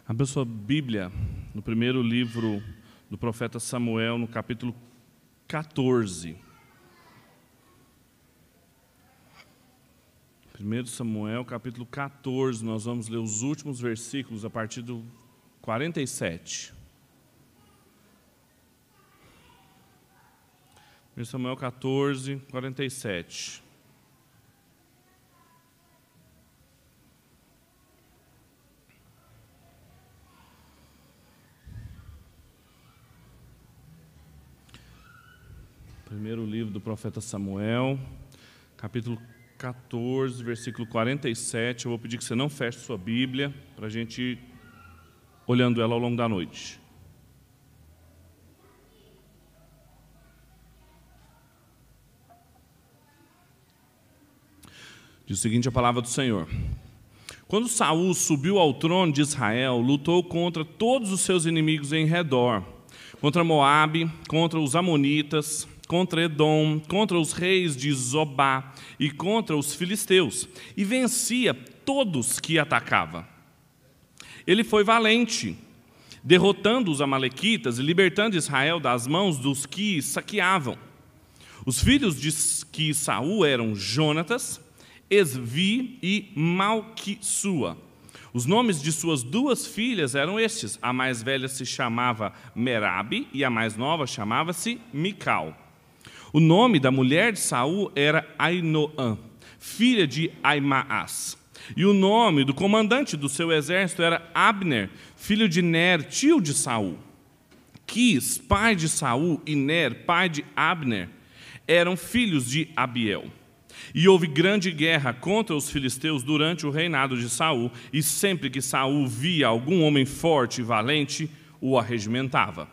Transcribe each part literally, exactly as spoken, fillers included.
Abra sua Bíblia no primeiro livro do profeta Samuel, no capítulo quatorze. primeiro Samuel, capítulo quatorze, nós vamos ler os últimos versículos a partir do quarenta e sete. primeiro Samuel quatorze, quarenta e sete. Primeiro livro do profeta Samuel, capítulo quatorze, versículo quarenta e sete. Eu vou pedir que você não feche sua Bíblia, para a gente ir olhando ela ao longo da noite. Diz o seguinte a palavra do Senhor: Quando Saul subiu ao trono de Israel, lutou contra todos os seus inimigos em redor, contra Moabe, contra os amonitas, contra Edom, contra os reis de Zobá e contra os filisteus, e vencia todos que atacava. Ele foi valente, derrotando os amalequitas e libertando Israel das mãos dos que saqueavam. Os filhos de que Saul eram Jonatas, Esvi e Malquissua. Os nomes de suas duas filhas eram estes: a mais velha se chamava Merabe e a mais nova chamava-se Mical. O nome da mulher de Saul era Ainoã, filha de Aimaas. E o nome do comandante do seu exército era Abner, filho de Ner, tio de Saul. Quis, pai de Saul, e Ner, pai de Abner, eram filhos de Abiel. E houve grande guerra contra os filisteus durante o reinado de Saul, e sempre que Saul via algum homem forte e valente, o arregimentava.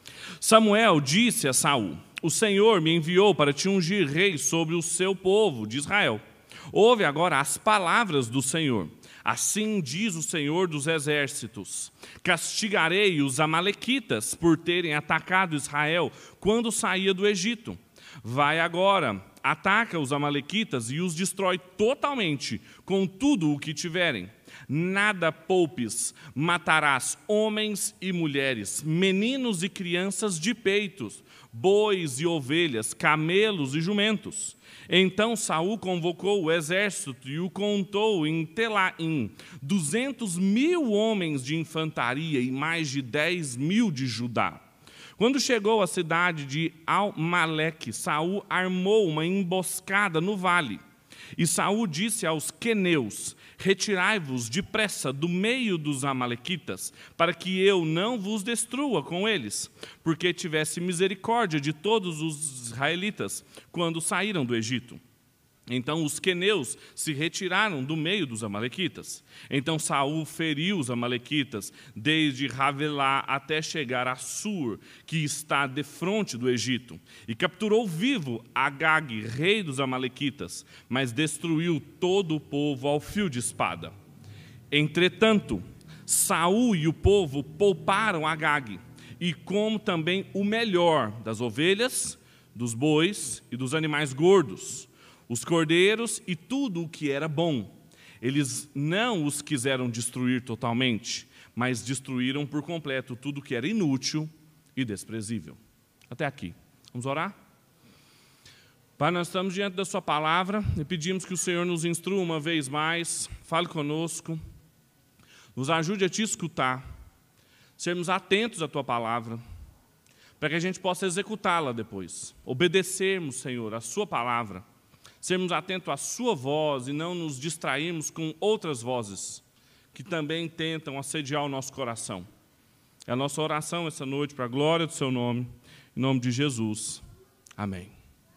Samuel disse a Saul: O Senhor me enviou para te ungir rei sobre o seu povo de Israel. Ouve agora as palavras do Senhor. Assim diz o Senhor dos exércitos: Castigarei os amalequitas por terem atacado Israel quando saía do Egito. Vai agora, ataca os amalequitas e os destrói totalmente, com tudo o que tiverem. Nada poupes, matarás homens e mulheres, meninos e crianças de peitos, bois e ovelhas, camelos e jumentos. Então Saul convocou o exército e o contou em Telaim, duzentos mil homens de infantaria e mais de dez mil de Judá. Quando chegou à cidade de Almaleque, Saul armou uma emboscada no vale. E Saul disse aos queneus: Retirai-vos depressa do meio dos amalequitas, para que eu não vos destrua com eles, porque tivesse misericórdia de todos os israelitas quando saíram do Egito. Então os queneus se retiraram do meio dos amalequitas. Então Saul feriu os amalequitas, desde Ravelá até chegar a Sur, que está defronte do Egito, e capturou vivo Agag, rei dos amalequitas, mas destruiu todo o povo ao fio de espada. Entretanto, Saul e o povo pouparam Agag, e como também o melhor das ovelhas, dos bois e dos animais gordos, os cordeiros e tudo o que era bom. Eles não os quiseram destruir totalmente, mas destruíram por completo tudo que era inútil e desprezível. Até aqui. Vamos orar? Pai, nós estamos diante da sua palavra e pedimos que o Senhor nos instrua uma vez mais, fale conosco, nos ajude a te escutar, sermos atentos à tua palavra, para que a gente possa executá-la depois, obedecermos, Senhor, a sua palavra, sermos atentos à sua voz e não nos distrairmos com outras vozes que também tentam assediar o nosso coração. É a nossa oração essa noite, para a glória do seu nome, em nome de Jesus. Amém.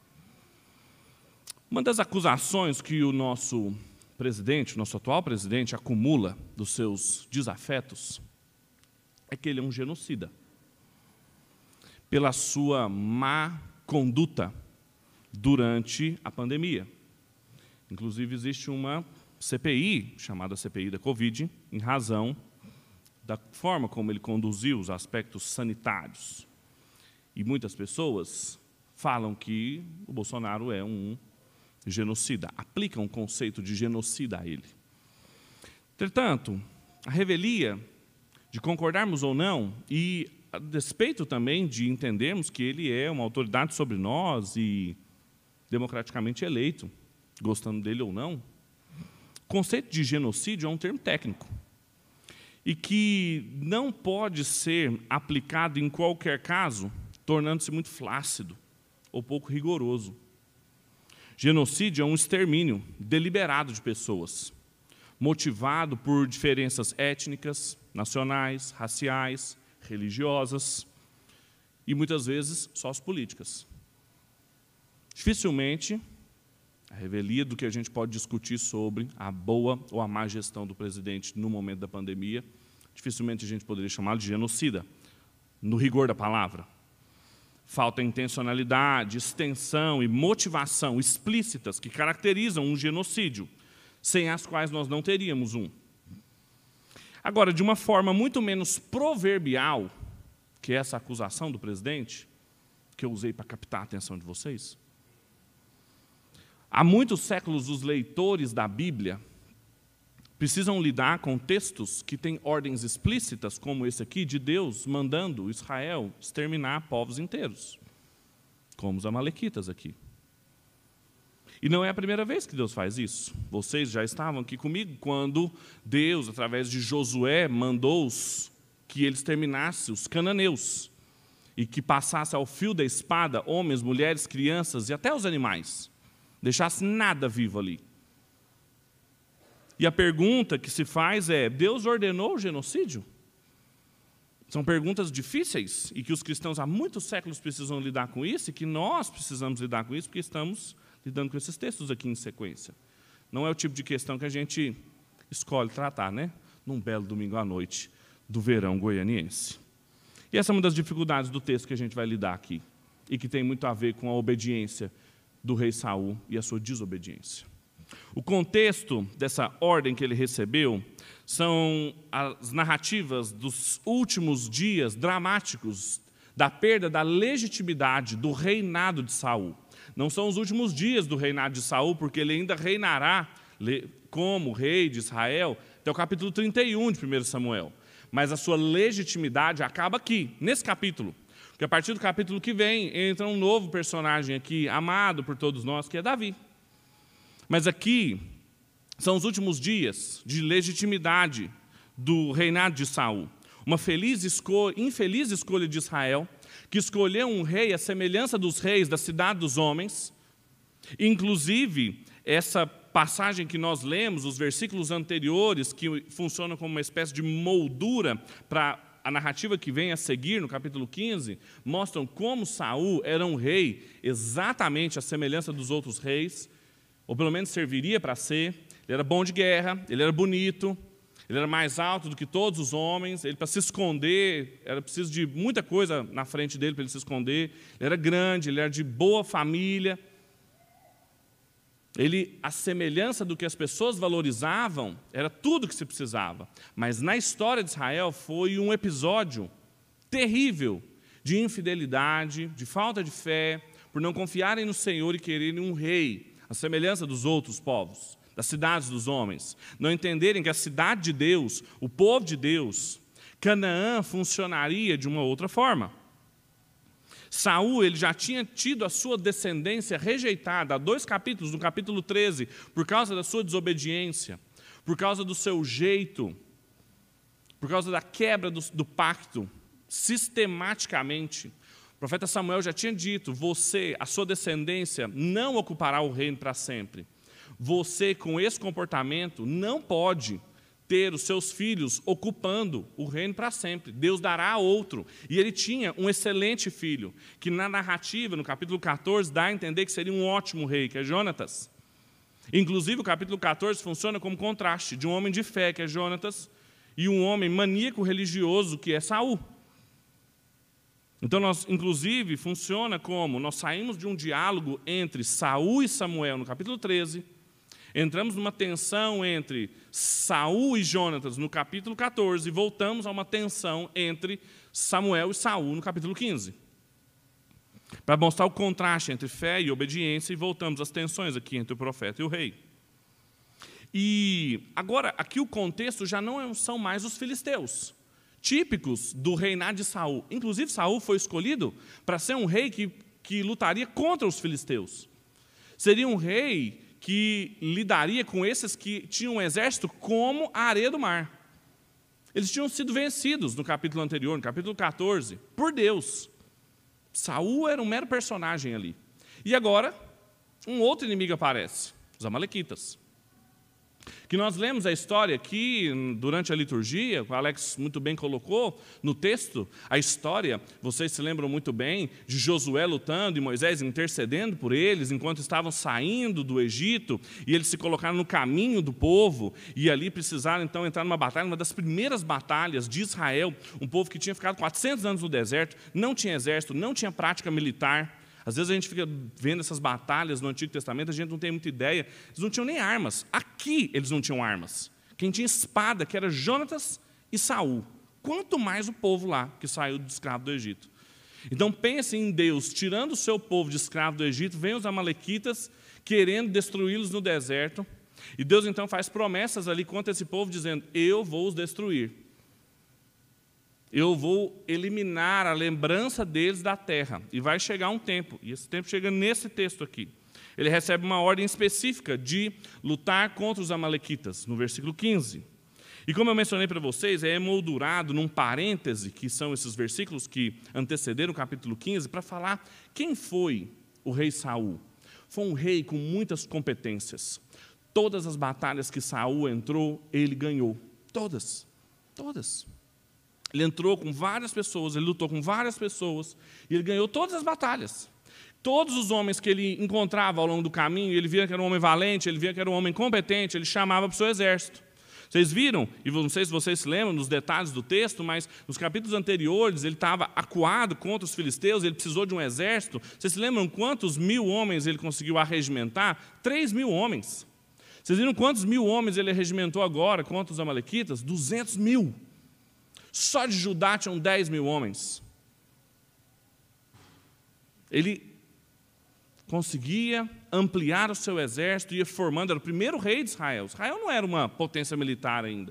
Uma das acusações que o nosso presidente, o nosso atual presidente, acumula dos seus desafetos é que ele é um genocida, pela sua má conduta durante a pandemia. Inclusive, existe uma C P I, chamada C P I da Covid, em razão da forma como ele conduziu os aspectos sanitários. E muitas pessoas falam que o Bolsonaro é um genocida, aplicam o conceito de genocida a ele. Entretanto, a revelia de concordarmos ou não, e a despeito também de entendermos que ele é uma autoridade sobre nós e democraticamente eleito, gostando dele ou não, o conceito de genocídio é um termo técnico e que não pode ser aplicado em qualquer caso, tornando-se muito flácido ou pouco rigoroso. Genocídio é um extermínio deliberado de pessoas, motivado por diferenças étnicas, nacionais, raciais, religiosas e, muitas vezes, sociopolíticas. Dificilmente, a revelia do que a gente pode discutir sobre a boa ou a má gestão do presidente no momento da pandemia, dificilmente a gente poderia chamá-lo de genocida, no rigor da palavra. Falta intencionalidade, extensão e motivação explícitas que caracterizam um genocídio, sem as quais nós não teríamos um. Agora, de uma forma muito menos proverbial, que é essa acusação do presidente, que eu usei para captar a atenção de vocês, há muitos séculos os leitores da Bíblia precisam lidar com textos que têm ordens explícitas, como esse aqui, de Deus mandando Israel exterminar povos inteiros, como os amalequitas aqui. E não é a primeira vez que Deus faz isso. Vocês já estavam aqui comigo quando Deus, através de Josué, mandou -os que eles terminassem os cananeus e que passasse ao fio da espada homens, mulheres, crianças e até os animais. Deixasse nada vivo ali. E a pergunta que se faz é, Deus ordenou o genocídio? São perguntas difíceis e que os cristãos há muitos séculos precisam lidar com isso e que nós precisamos lidar com isso porque estamos lidando com esses textos aqui em sequência. Não é o tipo de questão que a gente escolhe tratar, né? Num belo domingo à noite do verão goianiense. E essa é uma das dificuldades do texto que a gente vai lidar aqui e que tem muito a ver com a obediência do rei Saul e a sua desobediência. O contexto dessa ordem que ele recebeu são as narrativas dos últimos dias dramáticos da perda da legitimidade do reinado de Saul. Não são os últimos dias do reinado de Saul, porque ele ainda reinará como rei de Israel até o capítulo trinta e um de primeiro Samuel. Mas a sua legitimidade acaba aqui, nesse capítulo. Porque a partir do capítulo que vem, entra um novo personagem aqui, amado por todos nós, que é Davi. Mas aqui são os últimos dias de legitimidade do reinado de Saul. Uma feliz escolha, infeliz escolha de Israel, que escolheu um rei à semelhança dos reis da cidade dos homens. Inclusive, essa passagem que nós lemos, os versículos anteriores, que funcionam como uma espécie de moldura para a narrativa que vem a seguir, no capítulo quinze, mostram como Saul era um rei exatamente à semelhança dos outros reis, ou pelo menos serviria para ser. Ele era bom de guerra, ele era bonito, ele era mais alto do que todos os homens, ele, para se esconder, era preciso de muita coisa na frente dele para ele se esconder. Ele era grande, ele era de boa família. Ele, a semelhança do que as pessoas valorizavam, era tudo que se precisava. Mas na história de Israel foi um episódio terrível de infidelidade, de falta de fé, por não confiarem no Senhor e quererem um rei, a semelhança dos outros povos, das cidades dos homens. Não entenderem que a cidade de Deus, o povo de Deus, Canaã funcionaria de uma outra forma. Saul, ele já tinha tido a sua descendência rejeitada há dois capítulos, no capítulo treze, por causa da sua desobediência, por causa do seu jeito, por causa da quebra do, do pacto, sistematicamente. O profeta Samuel já tinha dito, você, a sua descendência, não ocupará o reino para sempre. Você, com esse comportamento, não pode ter os seus filhos ocupando o reino para sempre. Deus dará a outro. E ele tinha um excelente filho, que na narrativa, no capítulo quatorze, dá a entender que seria um ótimo rei, que é Jonatas. Inclusive, o capítulo quatorze funciona como contraste de um homem de fé, que é Jonatas, e um homem maníaco religioso, que é Saul. Então, nós, inclusive, funciona como nós saímos de um diálogo entre Saul e Samuel, no capítulo treze, entramos numa tensão entre Saul e Jonatas, no capítulo quatorze, e voltamos a uma tensão entre Samuel e Saul, no capítulo quinze. Para mostrar o contraste entre fé e obediência, e voltamos às tensões aqui entre o profeta e o rei. E agora, aqui o contexto já não são mais os filisteus. típicos do reinado de Saul. Inclusive, Saul foi escolhido para ser um rei que, que lutaria contra os filisteus. Seria um rei que lidaria com esses que tinham um exército como a areia do mar. Eles tinham sido vencidos no capítulo anterior, no capítulo quatorze, por Deus. Saul era um mero personagem ali. E agora, um outro inimigo aparece, os amalequitas. Que nós lemos a história aqui durante a liturgia, o Alex muito bem colocou no texto, a história, vocês se lembram muito bem, de Josué lutando e Moisés intercedendo por eles, enquanto estavam saindo do Egito, e eles se colocaram no caminho do povo, e ali precisaram então entrar numa batalha, uma das primeiras batalhas de Israel, um povo que tinha ficado quatrocentos anos no deserto, não tinha exército, não tinha prática militar. Às vezes a gente fica vendo essas batalhas no Antigo Testamento, a gente não tem muita ideia. Eles não tinham nem armas. Aqui eles não tinham armas. Quem tinha espada, que era Jonatas e Saul. Quanto mais o povo lá, que saiu do escravo do Egito. Então pensem em Deus, tirando o seu povo de escravo do Egito, vem os amalequitas, querendo destruí-los no deserto. E Deus então faz promessas ali contra esse povo, dizendo, eu vou os destruir. Eu vou eliminar a lembrança deles da terra. E vai chegar um tempo, e esse tempo chega nesse texto aqui. Ele recebe uma ordem específica de lutar contra os amalequitas, no versículo quinze. E como eu mencionei para vocês, é emoldurado num parêntese, que são esses versículos que antecederam o capítulo quinze, para falar quem foi o rei Saul. Foi um rei com muitas competências. Todas as batalhas que Saul entrou, ele ganhou. Todas. Todas. Ele entrou com várias pessoas, ele lutou com várias pessoas, e ele ganhou todas as batalhas. Todos os homens que ele encontrava ao longo do caminho, ele via que era um homem valente, ele via que era um homem competente, ele chamava para o seu exército. Vocês viram, e não sei se vocês se lembram dos detalhes do texto, mas nos capítulos anteriores ele estava acuado contra os filisteus, ele precisou de um exército. Vocês se lembram quantos mil homens ele conseguiu arregimentar? Três mil homens. Vocês viram quantos mil homens ele arregimentou agora contra os amalequitas? Duzentos mil. Só de Judá tinham dez mil homens. Ele conseguia ampliar o seu exército, ia formando, era o primeiro rei de Israel. Israel não era uma potência militar ainda.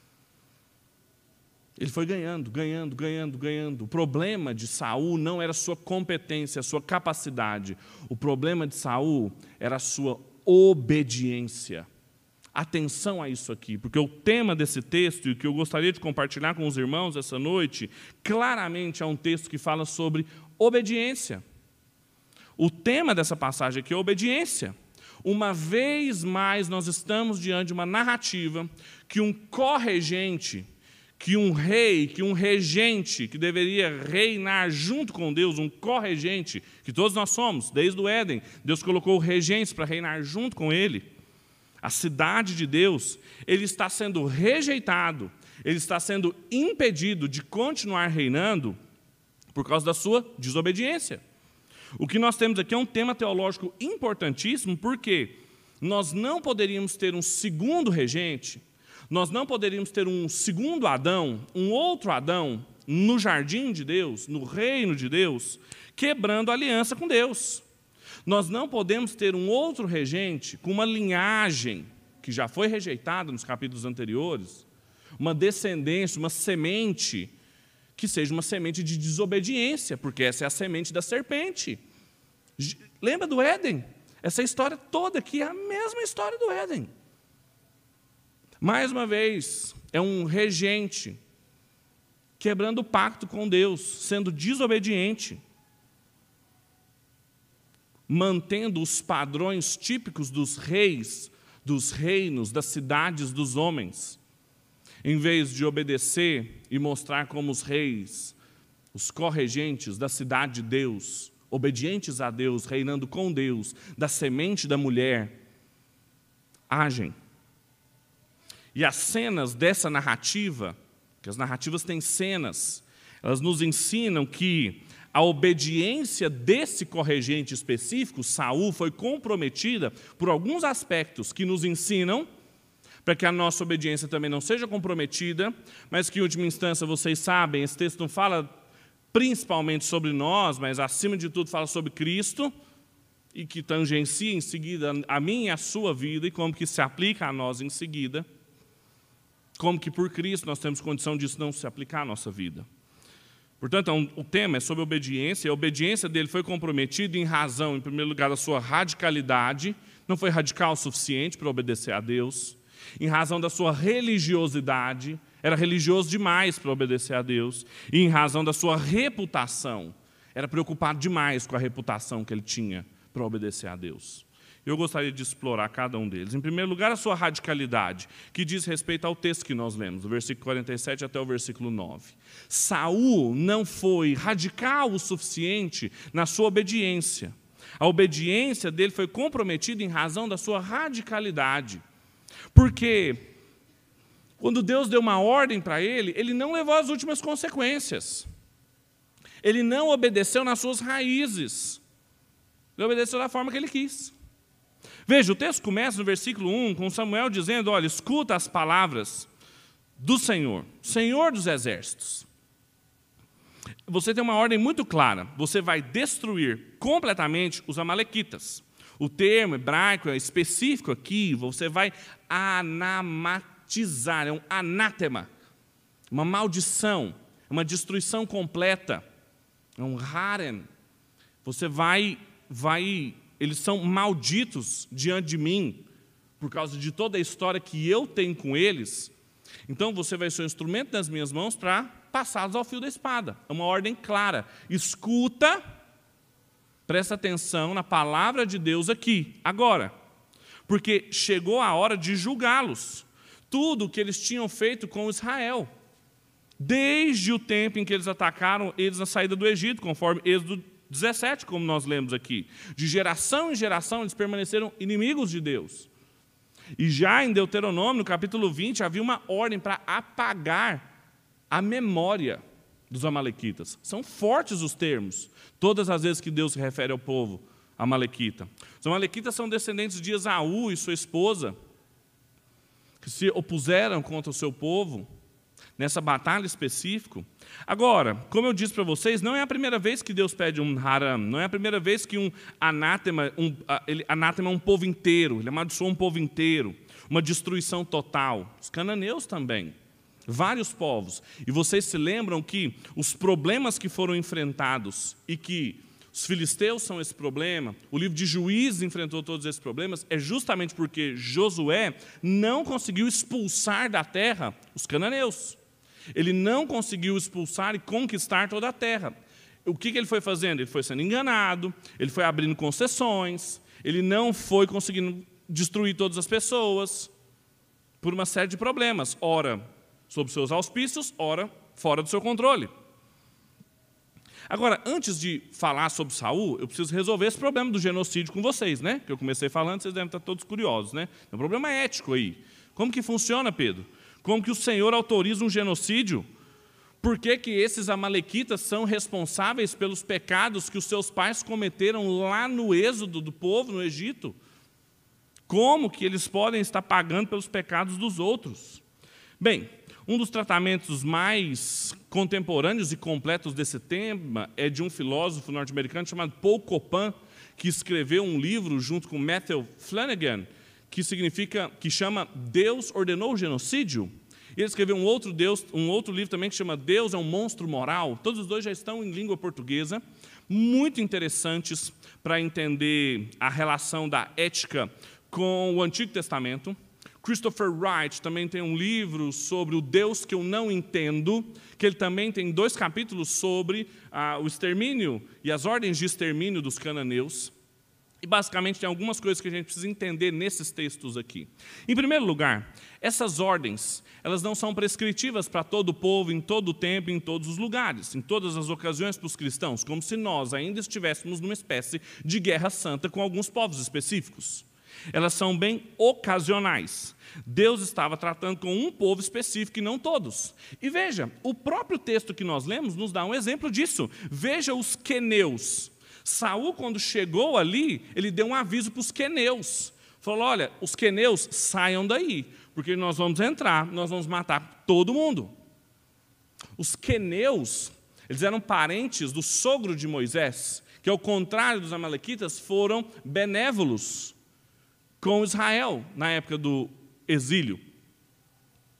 Ele foi ganhando, ganhando, ganhando, ganhando. O problema de Saul não era a sua competência, a sua capacidade. O problema de Saul era a sua obediência. Atenção a isso aqui, porque o tema desse texto, e o que eu gostaria de compartilhar com os irmãos essa noite, claramente é um texto que fala sobre obediência. O tema dessa passagem aqui é obediência. Uma vez mais, nós estamos diante de uma narrativa que um corregente, que um rei, que um regente, que deveria reinar junto com Deus, um corregente, que todos nós somos, desde o Éden, Deus colocou regentes para reinar junto com ele. A cidade de Deus, ele está sendo rejeitado, ele está sendo impedido de continuar reinando por causa da sua desobediência. O que nós temos aqui é um tema teológico importantíssimo, porque nós não poderíamos ter um segundo regente, nós não poderíamos ter um segundo Adão, um outro Adão, no jardim de Deus, no reino de Deus, quebrando a aliança com Deus. Nós não podemos ter um outro regente com uma linhagem que já foi rejeitada nos capítulos anteriores, uma descendência, uma semente, que seja uma semente de desobediência, porque essa é a semente da serpente. Lembra do Éden? Essa história toda aqui é a mesma história do Éden. Mais uma vez, é um regente quebrando o pacto com Deus, sendo desobediente, mantendo os padrões típicos dos reis, dos reinos, das cidades, dos homens, em vez de obedecer e mostrar como os reis, os corregentes da cidade de Deus, obedientes a Deus, reinando com Deus, da semente da mulher, agem. E as cenas dessa narrativa, que as narrativas têm cenas, elas nos ensinam que a obediência desse corregente específico, Saul, foi comprometida por alguns aspectos que nos ensinam para que a nossa obediência também não seja comprometida, mas que, em última instância, vocês sabem, esse texto não fala principalmente sobre nós, mas, acima de tudo, fala sobre Cristo, e que tangencia em seguida a minha e a sua vida, e como que se aplica a nós em seguida. como que por Cristo nós temos condição disso não se aplicar à nossa vida. Portanto, o tema é sobre obediência. A obediência dele foi comprometida em razão, em primeiro lugar, da sua radicalidade. Não foi radical o suficiente para obedecer a Deus. Em razão da sua religiosidade. Era religioso demais para obedecer a Deus. E em razão da sua reputação. Era preocupado demais com a reputação que ele tinha para obedecer a Deus. Eu gostaria de explorar cada um deles. Em primeiro lugar, a sua radicalidade, que diz respeito ao texto que nós lemos, do versículo quarenta e sete até o versículo nove. Saul não foi radical o suficiente na sua obediência. A obediência dele foi comprometida em razão da sua radicalidade. Porque quando Deus deu uma ordem para ele, ele não levou as últimas consequências. Ele não obedeceu nas suas raízes. Ele obedeceu da forma que ele quis. Veja, o texto começa no versículo um, com Samuel dizendo, olha, escuta as palavras do Senhor, Senhor dos exércitos. Você tem uma ordem muito clara, você vai destruir completamente os amalequitas. O termo hebraico é específico aqui, você vai anamatizar, é um anátema, uma maldição, uma destruição completa, é um haren. Você vai... vai Eles são malditos diante de mim, por causa de toda a história que eu tenho com eles. Então você vai ser um instrumento nas minhas mãos para passá-los ao fio da espada. É uma ordem clara. Escuta, presta atenção na palavra de Deus aqui, agora. Porque chegou a hora de julgá-los. Tudo o que eles tinham feito com Israel. Desde o tempo em que eles atacaram eles na saída do Egito, conforme Êxodo dezessete, como nós lemos aqui. De geração em geração, eles permaneceram inimigos de Deus. E já em Deuteronômio, no capítulo vinte, havia uma ordem para apagar a memória dos amalequitas. São fortes os termos, todas as vezes que Deus se refere ao povo amalequita. Os amalequitas são descendentes de Esaú e sua esposa, que se opuseram contra o seu povo, nessa batalha específica. Agora, como eu disse para vocês, não é a primeira vez que Deus pede um haram, não é a primeira vez que um anátema, um, ele, anátema é um povo inteiro, ele amaldiçoa um povo inteiro, uma destruição total. Os cananeus também, vários povos. E vocês se lembram que os problemas que foram enfrentados e que os filisteus são esse problema, o livro de Juízes enfrentou todos esses problemas, é justamente porque Josué não conseguiu expulsar da terra os cananeus. Ele não conseguiu expulsar e conquistar toda a terra. O que ele foi fazendo? Ele foi sendo enganado, ele foi abrindo concessões, ele não foi conseguindo destruir todas as pessoas por uma série de problemas, ora sob seus auspícios, ora fora do seu controle. Agora, antes de falar sobre Saul, eu preciso resolver esse problema do genocídio com vocês, né? Que eu comecei falando, vocês devem estar todos curiosos, né? É um problema ético aí. Como que funciona, Pedro? Como que o Senhor autoriza um genocídio? Por que que esses amalequitas são responsáveis pelos pecados que os seus pais cometeram lá no êxodo do povo, no Egito? Como que eles podem estar pagando pelos pecados dos outros? Bem, um dos tratamentos mais contemporâneos e completos desse tema é de um filósofo norte-americano chamado Paul Copan, que escreveu um livro junto com Matthew Flanagan, que significa, que chama Deus Ordenou o Genocídio. Ele escreveu um outro, Deus, um outro livro também que chama Deus é um Monstro Moral. Todos os dois já estão em língua portuguesa, muito interessantes para entender a relação da ética com o Antigo Testamento. Christopher Wright também tem um livro sobre o Deus que eu não entendo, que ele também tem dois capítulos sobre ah, o extermínio e as ordens de extermínio dos cananeus. E, basicamente, tem algumas coisas que a gente precisa entender nesses textos aqui. Em primeiro lugar, essas ordens, elas não são prescritivas para todo o povo, em todo o tempo, em todos os lugares, em todas as ocasiões para os cristãos, como se nós ainda estivéssemos numa espécie de guerra santa com alguns povos específicos. Elas são bem ocasionais. Deus estava tratando com um povo específico e não todos. E veja, o próprio texto que nós lemos nos dá um exemplo disso. Veja os queneus. Saul, quando chegou ali, ele deu um aviso para os queneus. Falou, olha, os queneus saiam daí, porque nós vamos entrar, nós vamos matar todo mundo. Os queneus, eles eram parentes do sogro de Moisés, que ao contrário dos amalequitas, foram benévolos com Israel na época do exílio.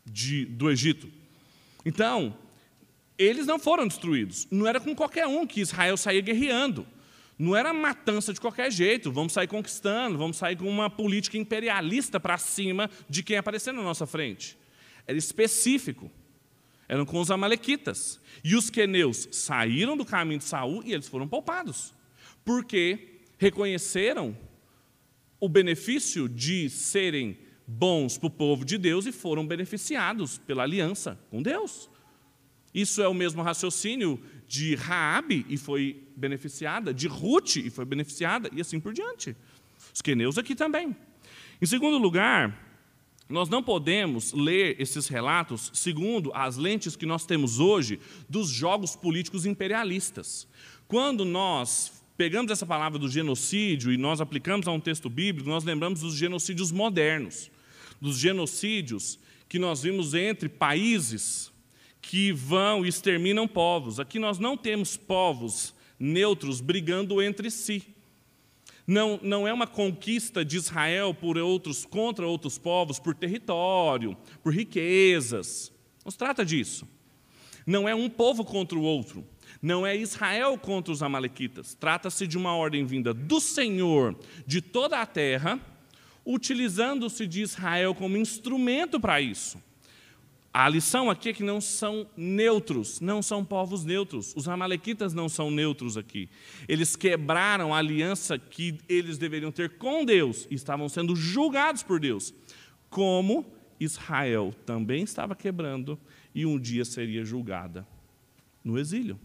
de, do Egito. Então, eles não foram destruídos. Não era com qualquer um que Israel saía guerreando. Não era matança de qualquer jeito, vamos sair conquistando, vamos sair com uma política imperialista para cima de quem aparecer na nossa frente. Era específico. Eram com os amalequitas. E os queneus saíram do caminho de Saul e eles foram poupados. Porque reconheceram o benefício de serem bons para o povo de Deus e foram beneficiados pela aliança com Deus. Isso é o mesmo raciocínio de Raabe e foi beneficiada, de Ruth e foi beneficiada, e assim por diante. Os queneus aqui também. Em segundo lugar, nós não podemos ler esses relatos segundo as lentes que nós temos hoje dos jogos políticos imperialistas. Quando nós pegamos essa palavra do genocídio e nós aplicamos a um texto bíblico, nós lembramos dos genocídios modernos, dos genocídios que nós vimos entre países que vão e exterminam povos. Aqui nós não temos povos neutros brigando entre si. Não, não é uma conquista de Israel por outros, contra outros povos, por território, por riquezas. Não se trata disso. Não é um povo contra o outro. Não é Israel contra os amalequitas. Trata-se de uma ordem vinda do Senhor de toda a terra, utilizando-se de Israel como instrumento para isso. A lição aqui é que não são neutros, não são povos neutros. Os amalequitas não são neutros aqui. Eles quebraram a aliança que eles deveriam ter com Deus e estavam sendo julgados por Deus. Como Israel também estava quebrando e um dia seria julgada no exílio.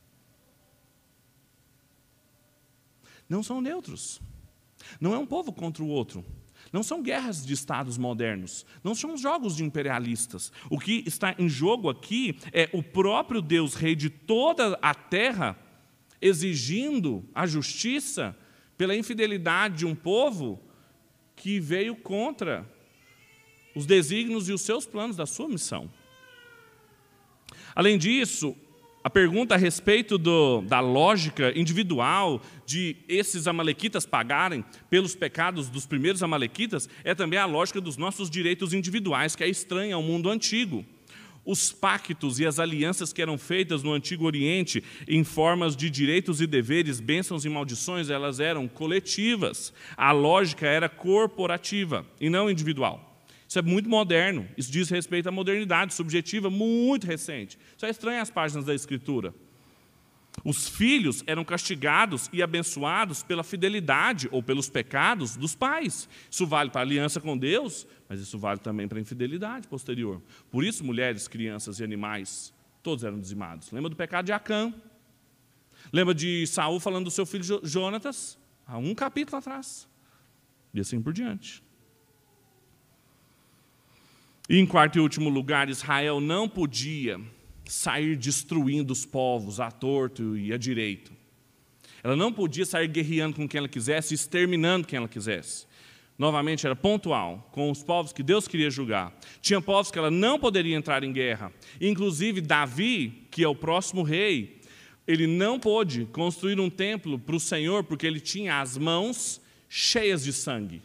Não são neutros. Não é um povo contra o outro. Não são guerras de estados modernos, não são jogos de imperialistas. O que está em jogo aqui é o próprio Deus, rei de toda a terra, exigindo a justiça pela infidelidade de um povo que veio contra os desígnios e os seus planos da sua missão. Além disso, a pergunta a respeito do, da lógica individual de esses amalequitas pagarem pelos pecados dos primeiros amalequitas é também a lógica dos nossos direitos individuais, que é estranha ao mundo antigo. Os pactos e as alianças que eram feitas no Antigo Oriente em formas de direitos e deveres, bênçãos e maldições, elas eram coletivas. A lógica era corporativa e não individual. Isso é muito moderno, isso diz respeito à modernidade subjetiva muito recente. Isso é estranho às páginas da Escritura. Os filhos eram castigados e abençoados pela fidelidade ou pelos pecados dos pais. Isso vale para a aliança com Deus, mas isso vale também para a infidelidade posterior. Por isso, mulheres, crianças e animais, todos eram dizimados. Lembra do pecado de Acã? Lembra de Saul falando do seu filho Jonatas? Há um capítulo atrás. E assim por diante. E, em quarto e último lugar, Israel não podia sair destruindo os povos à torto e à direito. Ela não podia sair guerreando com quem ela quisesse, exterminando quem ela quisesse. Novamente, era pontual, com os povos que Deus queria julgar. Tinha povos que ela não poderia entrar em guerra. Inclusive, Davi, que é o próximo rei, ele não pôde construir um templo para o Senhor, porque ele tinha as mãos cheias de sangue.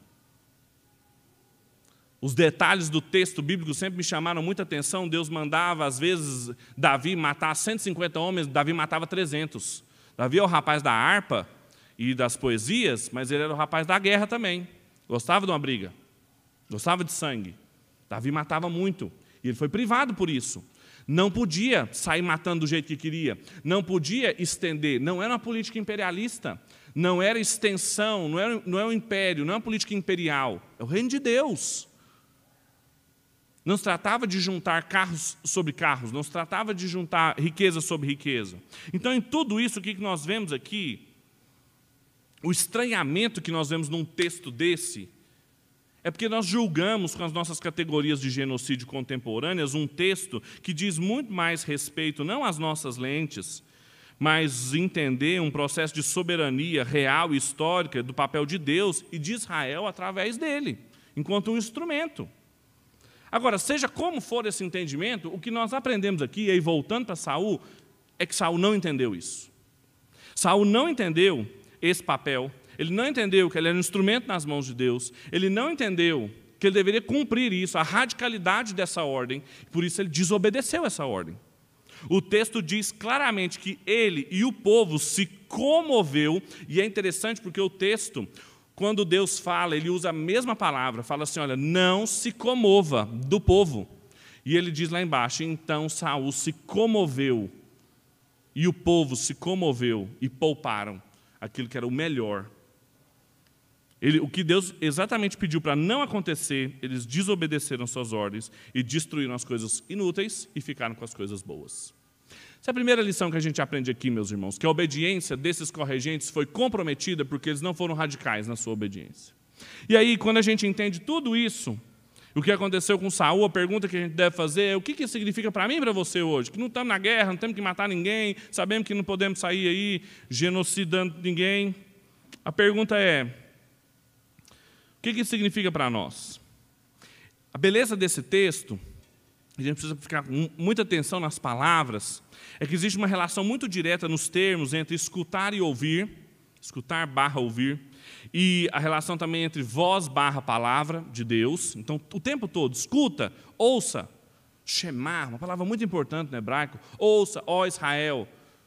Os detalhes do texto bíblico sempre me chamaram muita atenção. Deus mandava, às vezes, Davi matar cento e cinquenta homens, Davi matava trezentos. Davi é o rapaz da harpa e das poesias, mas ele era o rapaz da guerra também. Gostava de uma briga, gostava de sangue. Davi matava muito, e ele foi privado por isso. Não podia sair matando do jeito que queria, não podia estender, não era uma política imperialista, não era extensão, não, era, não é um império, não é uma política imperial, é o reino de Deus. Não se tratava de juntar carros sobre carros, não se tratava de juntar riqueza sobre riqueza. Então, em tudo isso, o que nós vemos aqui, o estranhamento que nós vemos num texto desse, é porque nós julgamos com as nossas categorias de genocídio contemporâneas um texto que diz muito mais respeito, não às nossas lentes, mas entender um processo de soberania real e histórica do papel de Deus e de Israel através dele, enquanto um instrumento. Agora, seja como for esse entendimento, o que nós aprendemos aqui, e aí voltando para Saul, é que Saul não entendeu isso. Saul não entendeu esse papel, ele não entendeu que ele era um instrumento nas mãos de Deus, ele não entendeu que ele deveria cumprir isso, a radicalidade dessa ordem, por isso ele desobedeceu essa ordem. O texto diz claramente que ele e o povo se comoveu, e é interessante porque o texto, quando Deus fala, ele usa a mesma palavra, fala assim, olha, não se comova do povo. E ele diz lá embaixo, então Saul se comoveu, e o povo se comoveu, e pouparam aquilo que era o melhor. Ele, o que Deus exatamente pediu para não acontecer, eles desobedeceram suas ordens e destruíram as coisas inúteis e ficaram com as coisas boas. Essa é a primeira lição que a gente aprende aqui, meus irmãos, que a obediência desses corregentes foi comprometida porque eles não foram radicais na sua obediência. E aí, quando a gente entende tudo isso, o que aconteceu com Saul, a pergunta que a gente deve fazer é o que isso significa para mim e para você hoje? Que não estamos na guerra, não temos que matar ninguém, sabemos que não podemos sair aí genocidando ninguém. A pergunta é, o que isso significa para nós? A beleza desse texto, a gente precisa ficar com muita atenção nas palavras, é que existe uma relação muito direta nos termos entre escutar e ouvir, escutar barra ouvir, e a relação também entre voz barra palavra de Deus. Então, o tempo todo, escuta, ouça, shemá, uma palavra muito importante no hebraico, ouça, ó Israel,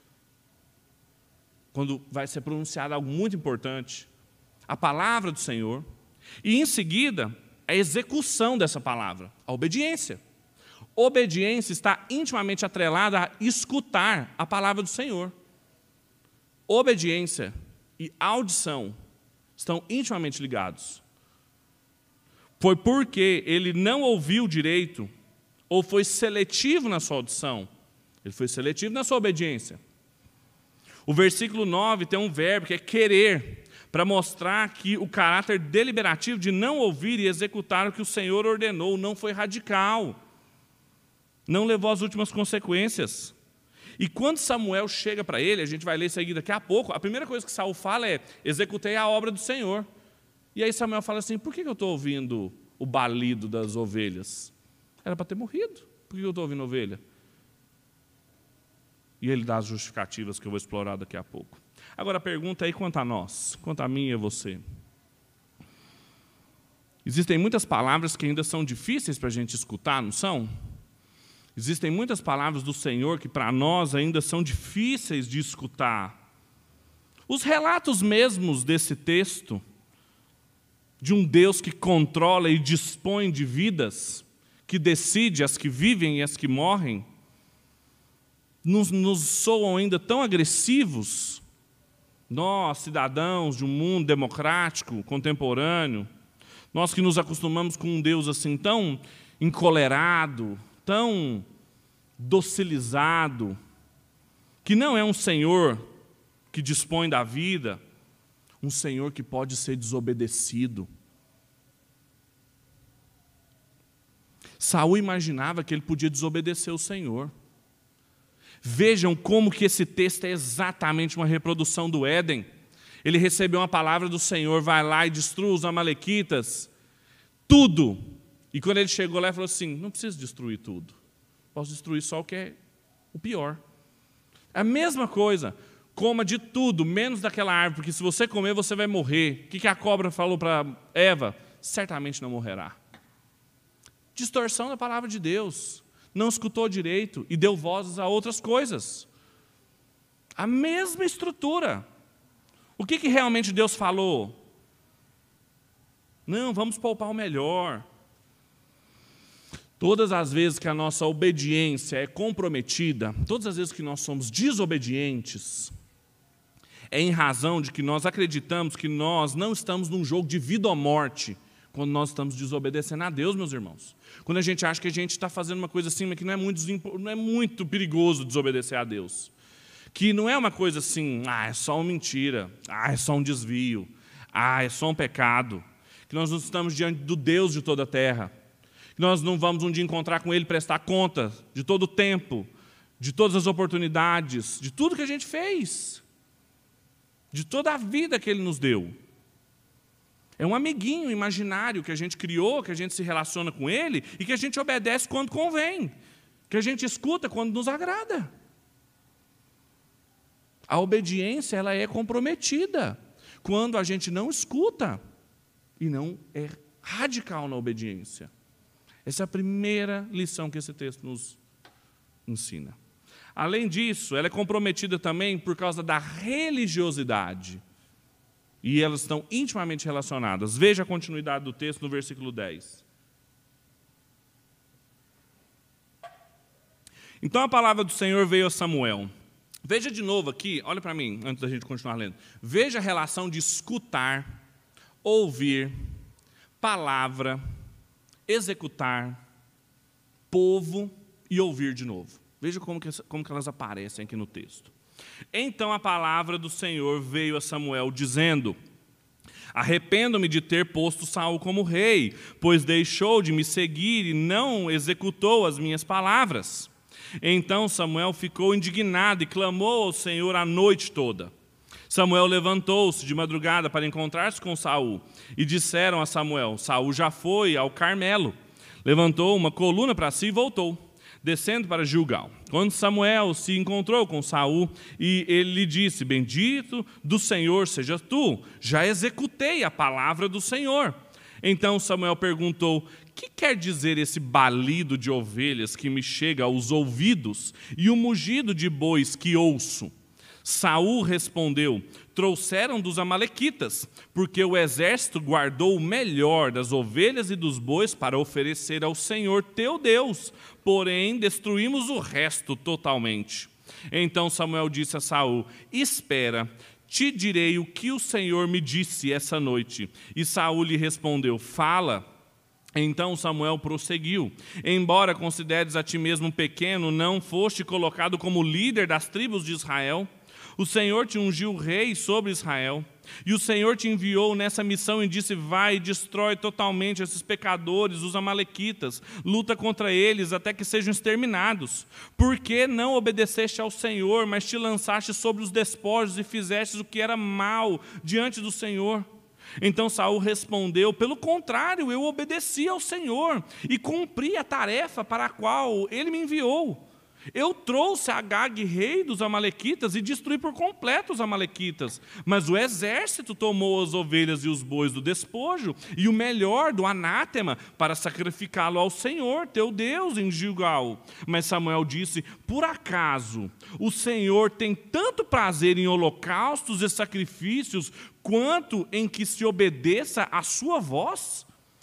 quando vai ser pronunciado algo muito importante, a palavra do Senhor, e em seguida, a execução dessa palavra, a obediência. Obediência está intimamente atrelada a escutar a palavra do Senhor. Obediência e audição estão intimamente ligados. Foi porque ele não ouviu direito ou foi seletivo na sua audição. Ele foi seletivo na sua obediência. O versículo nove tem um verbo que é querer, para mostrar que o caráter deliberativo de não ouvir e executar o que o Senhor ordenou não foi radical. Não levou às últimas consequências. E quando Samuel chega para ele, a gente vai ler isso aí daqui a pouco, a primeira coisa que Saul fala é, executei a obra do Senhor. E aí Samuel fala assim, por que eu estou ouvindo o balido das ovelhas? Era para ter morrido. Por que eu estou ouvindo ovelha? E ele dá as justificativas que eu vou explorar daqui a pouco. Agora a pergunta aí quanto a nós, quanto a mim e a você. Existem muitas palavras que ainda são difíceis para a gente escutar, não são? Existem muitas palavras do Senhor que para nós ainda são difíceis de escutar. Os relatos mesmos desse texto, de um Deus que controla e dispõe de vidas, que decide as que vivem e as que morrem, nos, nos soam ainda tão agressivos. Nós, cidadãos de um mundo democrático, contemporâneo, nós que nos acostumamos com um Deus assim tão encolerado, tão docilizado, que não é um Senhor que dispõe da vida, um Senhor que pode ser desobedecido. Saul imaginava que ele podia desobedecer o Senhor. Vejam como que esse texto é exatamente uma reprodução do Éden. Ele recebeu uma palavra do Senhor, vai lá e destrua os amalequitas, tudo. E quando ele chegou lá, ele falou assim, não preciso destruir tudo. Posso destruir só o que é o pior. É a mesma coisa, coma de tudo, menos daquela árvore, porque se você comer, você vai morrer. O que a cobra falou para Eva? Certamente não morrerá. Distorção da palavra de Deus. Não escutou direito e deu vozes a outras coisas. A mesma estrutura. O que, que realmente Deus falou? Não, vamos poupar o melhor. Todas as vezes que a nossa obediência é comprometida, todas as vezes que nós somos desobedientes, é em razão de que nós acreditamos que nós não estamos num jogo de vida ou morte, quando nós estamos desobedecendo a Deus, meus irmãos. Quando a gente acha que a gente está fazendo uma coisa assim, mas que não é muito, não é muito perigoso desobedecer a Deus. Que não é uma coisa assim, ah, é só uma mentira, ah, é só um desvio, ah, é só um pecado. Que nós não estamos diante do Deus de toda a terra. Que nós não vamos um dia encontrar com Ele, prestar conta de todo o tempo, de todas as oportunidades, de tudo que a gente fez, de toda a vida que Ele nos deu. É um amiguinho imaginário que a gente criou, que a gente se relaciona com ele e que a gente obedece quando convém, que a gente escuta quando nos agrada. A obediência ela é comprometida quando a gente não escuta e não é radical na obediência. Essa é a primeira lição que esse texto nos ensina. Além disso, ela é comprometida também por causa da religiosidade. E elas estão intimamente relacionadas. Veja a continuidade do texto no versículo dez. Então a palavra do Senhor veio a Samuel. Veja de novo aqui, olha para mim, antes da gente continuar lendo. Veja a relação de escutar, ouvir, palavra, executar, povo e ouvir de novo. Veja como que, como que elas aparecem aqui no texto. Então a palavra do Senhor veio a Samuel, dizendo: arrependo-me de ter posto Saul como rei, pois deixou de me seguir e não executou as minhas palavras. Então Samuel ficou indignado e clamou ao Senhor a noite toda. Samuel levantou-se de madrugada para encontrar-se com Saul, e disseram a Samuel: Saul já foi ao Carmelo, levantou uma coluna para si e voltou, descendo para Gilgal. Quando Samuel se encontrou com Saul, e ele lhe disse: bendito do Senhor sejas tu, já executei a palavra do Senhor. Então Samuel perguntou: que quer dizer esse balido de ovelhas que me chega aos ouvidos e o mugido de bois que ouço? Saul respondeu: trouxeram dos amalequitas, porque o exército guardou o melhor das ovelhas e dos bois para oferecer ao Senhor teu Deus, porém destruímos o resto totalmente. Então Samuel disse a Saul: espera, te direi o que o Senhor me disse essa noite. E Saul lhe respondeu: fala. Então Samuel prosseguiu: embora consideres a ti mesmo pequeno, não foste colocado como líder das tribos de Israel? O Senhor te ungiu rei sobre Israel, e o Senhor te enviou nessa missão e disse: vai e destrói totalmente esses pecadores, os amalequitas, luta contra eles até que sejam exterminados. Por que não obedeceste ao Senhor, mas te lançaste sobre os despojos e fizeste o que era mal diante do Senhor? Então Saul respondeu: pelo contrário, eu obedeci ao Senhor e cumpri a tarefa para a qual ele me enviou. Eu trouxe Agag, rei dos amalequitas, e destruí por completo os amalequitas. Mas o exército tomou as ovelhas e os bois do despojo e o melhor do anátema para sacrificá-lo ao Senhor, teu Deus, em Gilgal. Mas Samuel disse: por acaso o Senhor tem tanto prazer em holocaustos e sacrifícios quanto em que se obedeça à sua voz?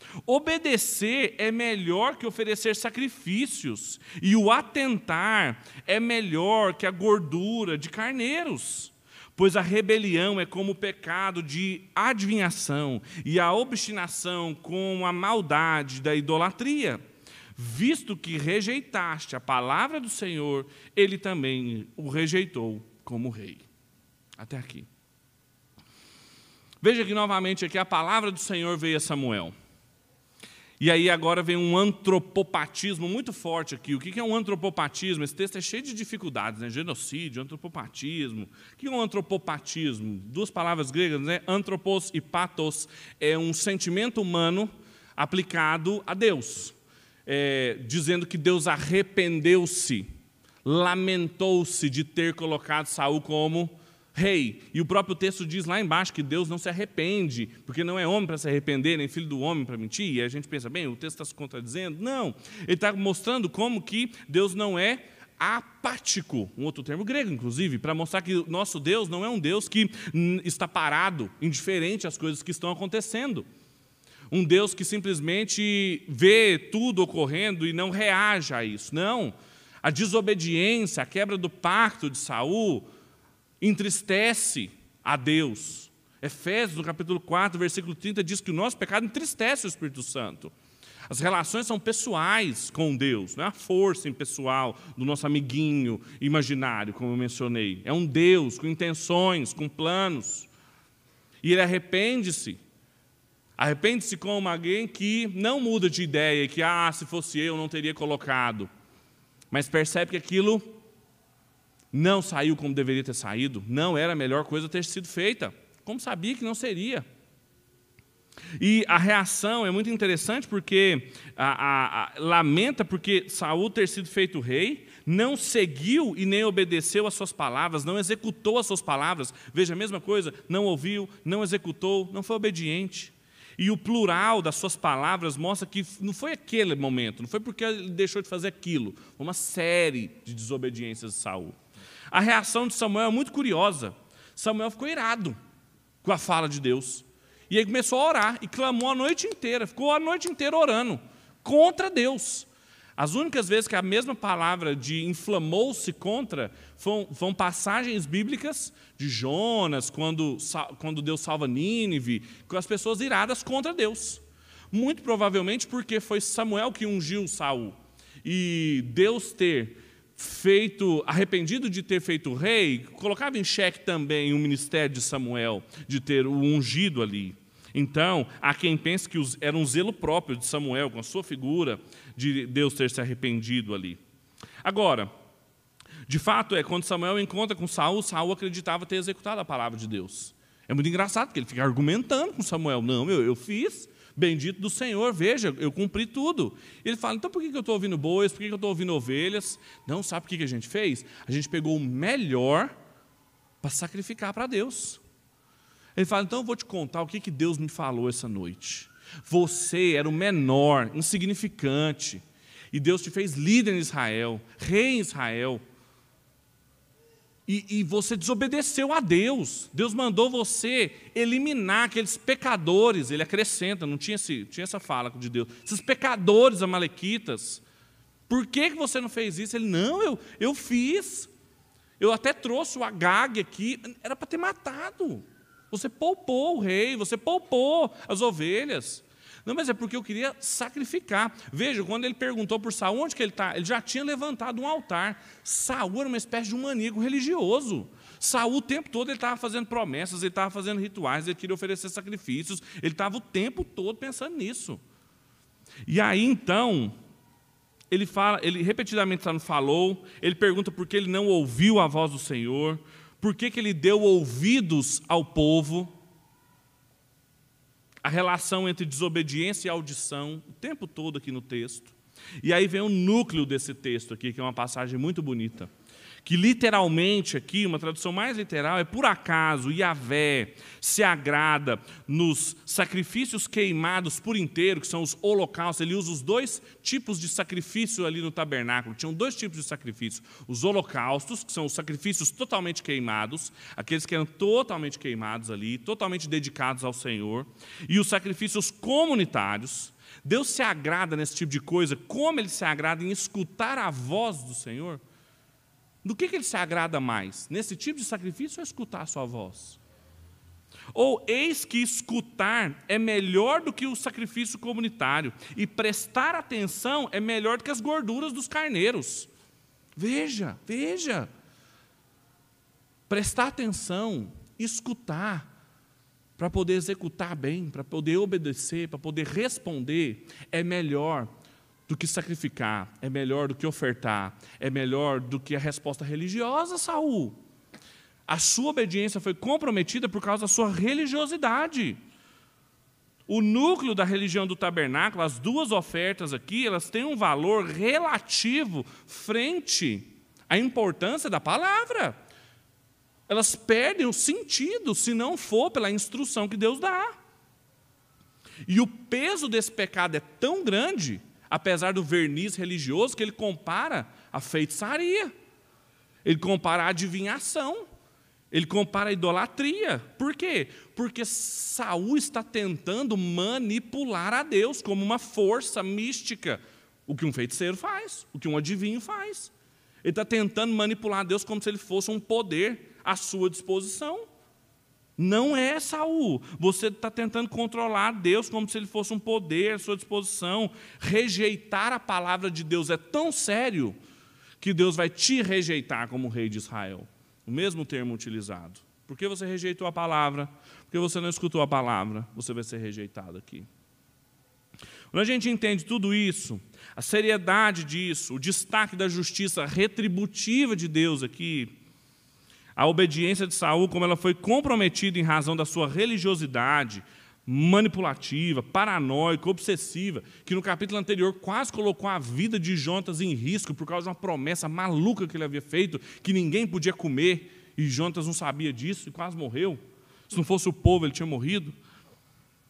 Obedecer é melhor que oferecer sacrifícios, e o atentar é melhor que a gordura de carneiros. Pois a rebelião é como o pecado de adivinhação, e a obstinação com a maldade da idolatria. Visto que rejeitaste a palavra do Senhor, ele também o rejeitou como rei. Até aqui. Veja que novamente aqui a palavra do Senhor veio a Samuel. E aí agora vem um antropopatismo muito forte aqui. O que é um antropopatismo? Esse texto é cheio de dificuldades, né? Genocídio, antropopatismo. O que é um antropopatismo? Duas palavras gregas, né? Antropos e patos. É um sentimento humano aplicado a Deus. É, dizendo que Deus arrependeu-se, lamentou-se de ter colocado Saul como rei. E o próprio texto diz lá embaixo que Deus não se arrepende, porque não é homem para se arrepender, nem filho do homem para mentir. E a gente pensa, bem, o texto está se contradizendo. Não, ele está mostrando como que Deus não é apático, um outro termo grego, inclusive, para mostrar que o nosso Deus não é um Deus que está parado, indiferente às coisas que estão acontecendo. Um Deus que simplesmente vê tudo ocorrendo e não reage a isso. Não, a desobediência, a quebra do pacto de Saul entristece a Deus. Efésios, no capítulo quatro, versículo trinta, diz que o nosso pecado entristece o Espírito Santo. As relações são pessoais com Deus, não é a força impessoal do nosso amiguinho imaginário, como eu mencionei. É um Deus com intenções, com planos. E ele arrepende-se. Arrepende-se como alguém que não muda de ideia, que, ah, se fosse eu, não teria colocado. Mas percebe que aquilo não saiu como deveria ter saído, não era a melhor coisa a ter sido feita, como sabia que não seria. E a reação é muito interessante porque a, a, a, lamenta porque Saul ter sido feito rei, não seguiu e nem obedeceu às suas palavras, não executou as suas palavras. Veja a mesma coisa, não ouviu, não executou, não foi obediente. E o plural das suas palavras mostra que não foi aquele momento, não foi porque ele deixou de fazer aquilo, foi uma série de desobediências de Saul. A reação de Samuel é muito curiosa. Samuel ficou irado com a fala de Deus. E ele começou a orar e clamou a noite inteira, ficou a noite inteira orando contra Deus. As únicas vezes que a mesma palavra de inflamou-se contra foram, foram passagens bíblicas de Jonas, quando, quando Deus salva Nínive, com as pessoas iradas contra Deus. Muito provavelmente porque foi Samuel que ungiu Saul. E Deus ter feito, arrependido de ter feito rei, colocava em xeque também o ministério de Samuel, de ter o ungido ali. Então, há quem pense que era um zelo próprio de Samuel, com a sua figura, de Deus ter se arrependido ali. Agora, de fato, é quando Samuel encontra com Saul, Saul acreditava ter executado a palavra de Deus. É muito engraçado, porque ele fica argumentando com Samuel. Não, eu, eu fiz, bendito do Senhor, veja, eu cumpri tudo. Ele fala, então por que eu estou ouvindo bois, por que eu estou ouvindo ovelhas? Não, sabe o que a gente fez? A gente pegou o melhor para sacrificar para Deus. Ele fala, então eu vou te contar o que Deus me falou essa noite. Você era o menor, insignificante, e Deus te fez líder em Israel, rei em Israel. E, e você desobedeceu a Deus. Deus mandou você eliminar aqueles pecadores. Ele acrescenta, não tinha, esse, tinha essa fala de Deus. Esses pecadores amalequitas. Por que, que você não fez isso? Ele, não, eu, eu fiz. Eu até trouxe o Agag aqui. Era para ter matado. Você poupou o rei, você poupou as ovelhas. Não, mas é porque eu queria sacrificar. Veja, quando ele perguntou por Saul onde que ele está, ele já tinha levantado um altar. Saul era uma espécie de um maníaco religioso. Saul o tempo todo ele estava fazendo promessas, ele estava fazendo rituais, ele queria oferecer sacrifícios, ele estava o tempo todo pensando nisso. E aí então, ele fala, ele repetidamente falou, ele pergunta por que ele não ouviu a voz do Senhor. Por que que ele deu ouvidos ao povo? A relação entre desobediência e audição, o tempo todo aqui no texto. E aí vem o núcleo desse texto aqui, que é uma passagem muito bonita. Que literalmente aqui, uma tradução mais literal, é por acaso Yahvé se agrada nos sacrifícios queimados por inteiro, que são os holocaustos. Ele usa os dois tipos de sacrifício ali no tabernáculo. Tinham dois tipos de sacrifício. Os holocaustos, que são os sacrifícios totalmente queimados, aqueles que eram totalmente queimados ali, totalmente dedicados ao Senhor. E os sacrifícios comunitários. Deus se agrada nesse tipo de coisa, como Ele se agrada em escutar a voz do Senhor. Do que, que ele se agrada mais? Nesse tipo de sacrifício ou escutar a sua voz? Ou eis que escutar é melhor do que o sacrifício comunitário, e prestar atenção é melhor do que as gorduras dos carneiros. Veja, veja. Prestar atenção, escutar, para poder executar bem, para poder obedecer, para poder responder, é melhor do que sacrificar, é melhor do que ofertar, é melhor do que a resposta religiosa, Saul. A sua obediência foi comprometida por causa da sua religiosidade. O núcleo da religião do tabernáculo, as duas ofertas aqui, elas têm um valor relativo frente à importância da palavra. Elas perdem o sentido se não for pela instrução que Deus dá. E o peso desse pecado é tão grande, apesar do verniz religioso, que ele compara a feitiçaria, ele compara a adivinhação, ele compara a idolatria. Por quê? Porque Saul está tentando manipular a Deus como uma força mística, o que um feiticeiro faz, o que um adivinho faz. Ele está tentando manipular a Deus como se ele fosse um poder à sua disposição. Não é, Saul. Você está tentando controlar Deus como se ele fosse um poder à sua disposição. Rejeitar a palavra de Deus é tão sério que Deus vai te rejeitar como rei de Israel. O mesmo termo utilizado. Por que você rejeitou a palavra? Porque você não escutou a palavra, você vai ser rejeitado aqui. Quando a gente entende tudo isso, a seriedade disso, o destaque da justiça retributiva de Deus aqui, a obediência de Saul, como ela foi comprometida em razão da sua religiosidade manipulativa, paranoica, obsessiva, que no capítulo anterior quase colocou a vida de Jonatas em risco por causa de uma promessa maluca que ele havia feito, que ninguém podia comer, e Jonatas não sabia disso e quase morreu. Se não fosse o povo, ele tinha morrido.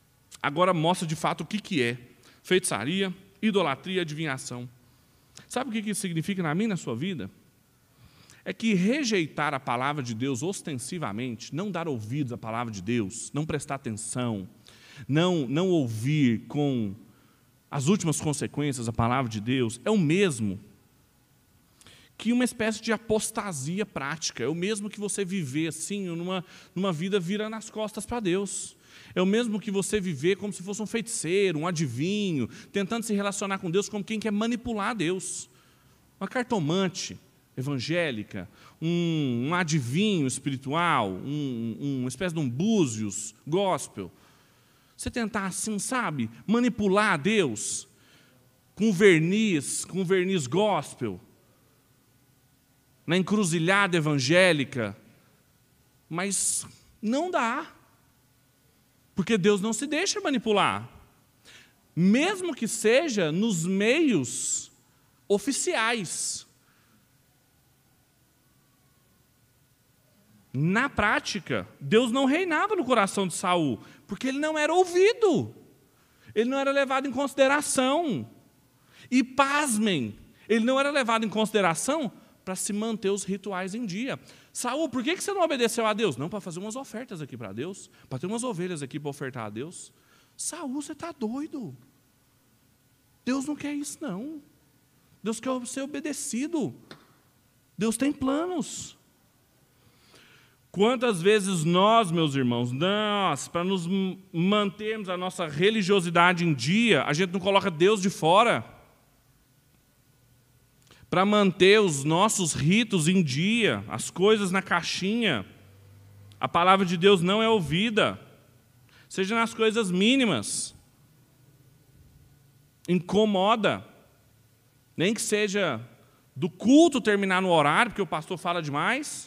agora mostra de fato o que, que é feitiçaria, idolatria e adivinhação. Sabe o que isso significa na minha e na sua vida? É que rejeitar a palavra de Deus ostensivamente, não dar ouvidos à palavra de Deus, não prestar atenção, não, não ouvir com as últimas consequências a palavra de Deus, é o mesmo que uma espécie de apostasia prática, é o mesmo que você viver assim, numa, numa vida virando as costas para Deus. É o mesmo que você viver como se fosse um feiticeiro, um adivinho, tentando se relacionar com Deus como quem quer manipular Deus. Uma cartomante evangélica, um, um adivinho espiritual, um, um, uma espécie de um búzios gospel. Você tentar assim, sabe, manipular Deus com verniz, com verniz gospel, na encruzilhada evangélica, mas não dá. Porque Deus não se deixa manipular. Mesmo que seja nos meios oficiais. Na prática, Deus não reinava no coração de Saul, porque ele não era ouvido. Ele não era levado em consideração. E, pasmem, ele não era levado em consideração para se manter os rituais em dia. Saul, por que você não obedeceu a Deus? Não, para fazer umas ofertas aqui para Deus, para ter umas ovelhas aqui para ofertar a Deus. Saul, você está doido. Deus não quer isso, não. Deus quer ser obedecido. Deus tem planos. Quantas vezes nós, meus irmãos, nós, para nos mantermos a nossa religiosidade em dia, a gente não coloca Deus de fora? Para manter os nossos ritos em dia, as coisas na caixinha, a palavra de Deus não é ouvida, seja nas coisas mínimas. Incomoda, nem que seja do culto terminar no horário, porque o pastor fala demais.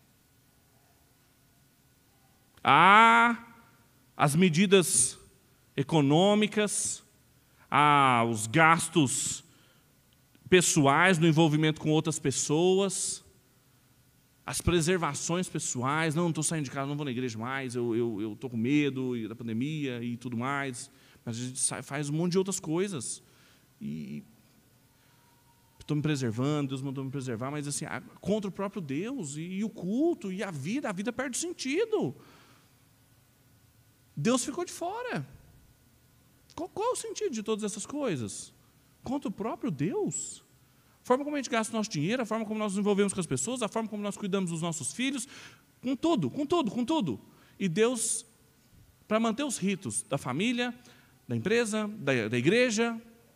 Há as medidas econômicas, há os gastos pessoais no envolvimento com outras pessoas, as preservações pessoais, não, não estou saindo de casa, não vou na igreja mais, eu estou com medo da pandemia e tudo mais, mas a gente sai, faz um monte de outras coisas, e estou me preservando, Deus mandou me preservar, mas assim, contra o próprio Deus, e, e o culto, e a vida, a vida perde sentido. Deus ficou de fora. Qual, qual é o sentido de todas essas coisas? Contra o próprio Deus? A forma como a gente gasta o nosso dinheiro, a forma como nós nos envolvemos com as pessoas, a forma como nós cuidamos dos nossos filhos, com tudo, com tudo, com tudo. E Deus, para manter os ritos da família, da empresa, da, da igreja.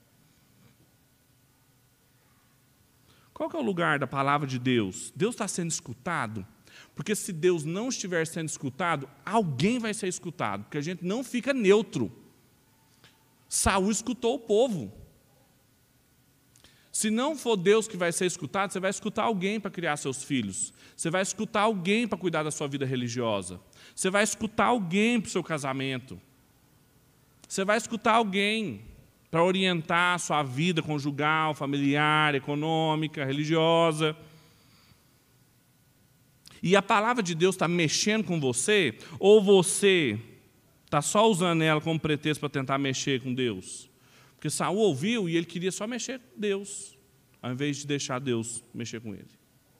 Qual que é o lugar da palavra de Deus? Deus está sendo escutado? Porque se Deus não estiver sendo escutado, alguém vai ser escutado, porque a gente não fica neutro. Saul escutou o povo. Se não for Deus que vai ser escutado, você vai escutar alguém para criar seus filhos. Você vai escutar alguém para cuidar da sua vida religiosa. Você vai escutar alguém para o seu casamento. Você vai escutar alguém para orientar a sua vida conjugal, familiar, econômica, religiosa. E a palavra de Deus está mexendo com você, ou você está só usando ela como pretexto para tentar mexer com Deus? Porque Saul ouviu e ele queria só mexer com Deus, ao invés de deixar Deus mexer com ele.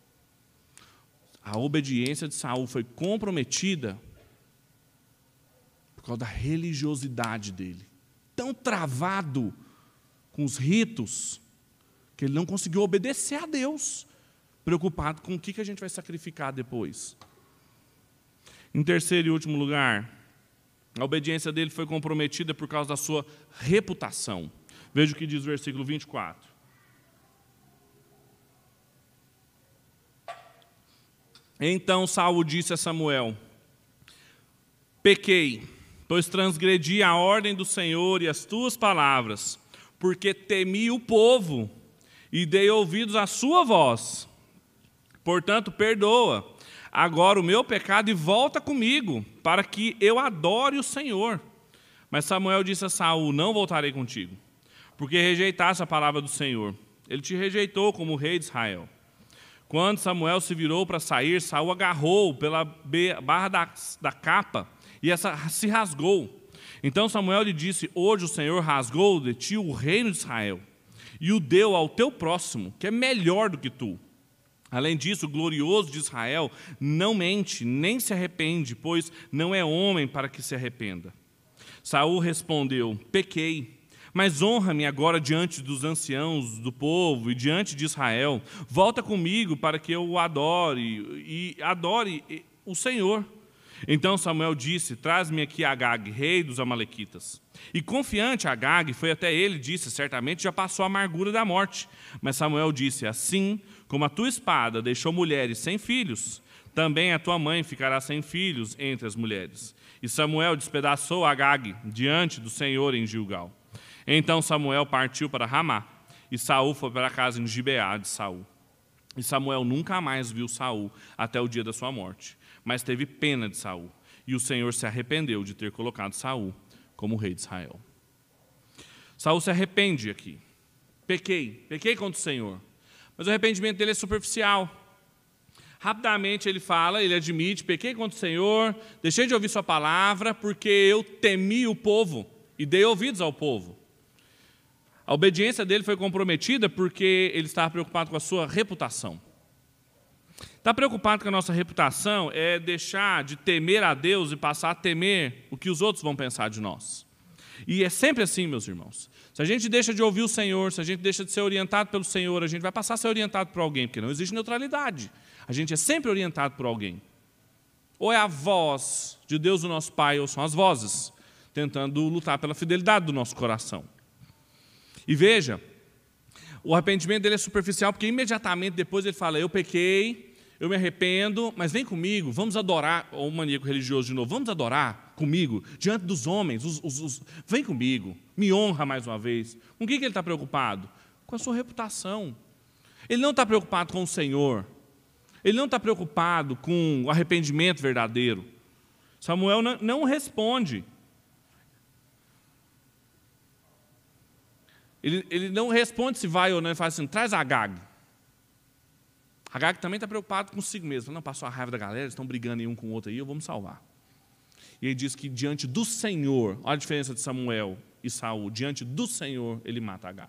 A obediência de Saul foi comprometida por causa da religiosidade dele. Tão travado com os ritos, que ele não conseguiu obedecer a Deus, preocupado com o que a gente vai sacrificar depois. Em terceiro e último lugar, a obediência dele foi comprometida por causa da sua reputação. Veja o que diz o versículo vinte e quatro. Então Saul disse a Samuel: pequei, pois transgredi a ordem do Senhor e as tuas palavras, porque temi o povo e dei ouvidos à sua voz. Portanto, perdoa agora o meu pecado e volta comigo, para que eu adore o Senhor. Mas Samuel disse a Saul: não voltarei contigo, porque rejeitaste a palavra do Senhor. Ele te rejeitou como rei de Israel. Quando Samuel se virou para sair, Saul agarrou pela barra da, da capa e essa se rasgou. Então Samuel lhe disse: hoje o Senhor rasgou de ti o reino de Israel e o deu ao teu próximo, que é melhor do que tu. Além disso, o glorioso de Israel não mente, nem se arrepende, pois não é homem para que se arrependa. Saul respondeu: pequei, mas honra-me agora diante dos anciãos do povo e diante de Israel. Volta comigo para que eu o adore e adore o Senhor. Então Samuel disse: traz-me aqui Agag, rei dos amalequitas. E confiante Agag foi até ele e disse: certamente já passou a amargura da morte. Mas Samuel disse: assim como a tua espada deixou mulheres sem filhos, também a tua mãe ficará sem filhos entre as mulheres. E Samuel despedaçou Agag diante do Senhor em Gilgal. Então Samuel partiu para Ramá, e Saul foi para a casa em Gibeá de Saul. E Samuel nunca mais viu Saul até o dia da sua morte, mas teve pena de Saul, e o Senhor se arrependeu de ter colocado Saul como rei de Israel. Saul se arrepende aqui. Pequei, pequei contra o Senhor. Mas o arrependimento dele é superficial. Rapidamente ele fala, ele admite: pequei contra o Senhor, deixei de ouvir sua palavra, porque eu temi o povo e dei ouvidos ao povo. A obediência dele foi comprometida porque ele estava preocupado com a sua reputação. Estar preocupado com a nossa reputação é deixar de temer a Deus e passar a temer o que os outros vão pensar de nós. E é sempre assim, meus irmãos. Se a gente deixa de ouvir o Senhor, se a gente deixa de ser orientado pelo Senhor, a gente vai passar a ser orientado por alguém, porque não existe neutralidade. A gente é sempre orientado por alguém. Ou é a voz de Deus, o nosso Pai, ou são as vozes, tentando lutar pela fidelidade do nosso coração. E veja, o arrependimento dele é superficial, porque imediatamente depois ele fala: eu pequei, eu me arrependo, mas vem comigo, vamos adorar, ou o maníaco religioso de novo, vamos adorar comigo, diante dos homens, os, os, os, vem comigo, me honra mais uma vez. Com o que, que ele está preocupado? Com a sua reputação. Ele não está preocupado com o Senhor, ele não está preocupado com o arrependimento verdadeiro. Samuel não, não responde. Ele, ele não responde se vai ou não, ele fala assim: traz Agag. Agag também está preocupado consigo mesmo. Não, passou a raiva da galera, eles estão brigando um com o outro aí, eu vou me salvar. E ele diz que diante do Senhor, olha a diferença de Samuel e Saul, diante do Senhor ele mata Agag.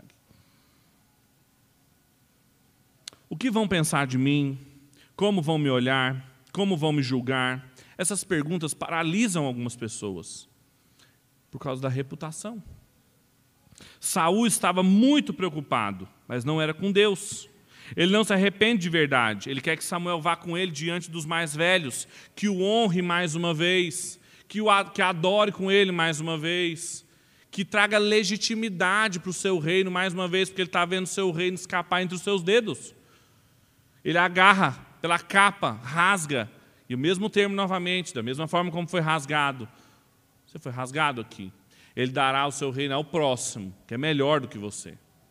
O que vão pensar de mim? Como vão me olhar? Como vão me julgar? Essas perguntas paralisam algumas pessoas por causa da reputação. Saul estava muito preocupado, mas não era com Deus. Ele não se arrepende de verdade. Ele quer que Samuel vá com ele diante dos mais velhos, que o honre mais uma vez, que o que adore com ele mais uma vez, que traga legitimidade para o seu reino mais uma vez, porque ele está vendo o seu reino escapar entre os seus dedos. Ele agarra pela capa, rasga, e o mesmo termo novamente, da mesma forma como foi rasgado. Você foi rasgado aqui. Ele dará o seu reino ao próximo, que é melhor do que você.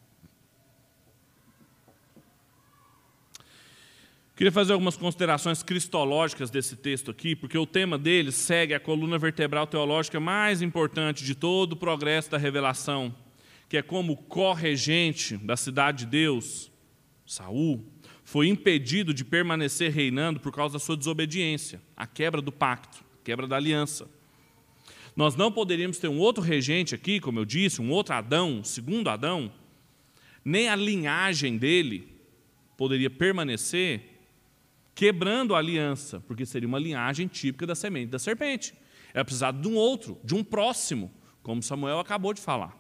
Queria fazer algumas considerações cristológicas desse texto aqui, porque o tema dele segue a coluna vertebral teológica mais importante de todo o progresso da revelação, que é como o corregente da cidade de Deus, Saul, foi impedido de permanecer reinando por causa da sua desobediência, a quebra do pacto, quebra da aliança. Nós não poderíamos ter um outro regente aqui, como eu disse, um outro Adão, um segundo Adão, nem a linhagem dele poderia permanecer quebrando a aliança, porque seria uma linhagem típica da semente da serpente. Era precisado de um outro, de um próximo, como Samuel acabou de falar.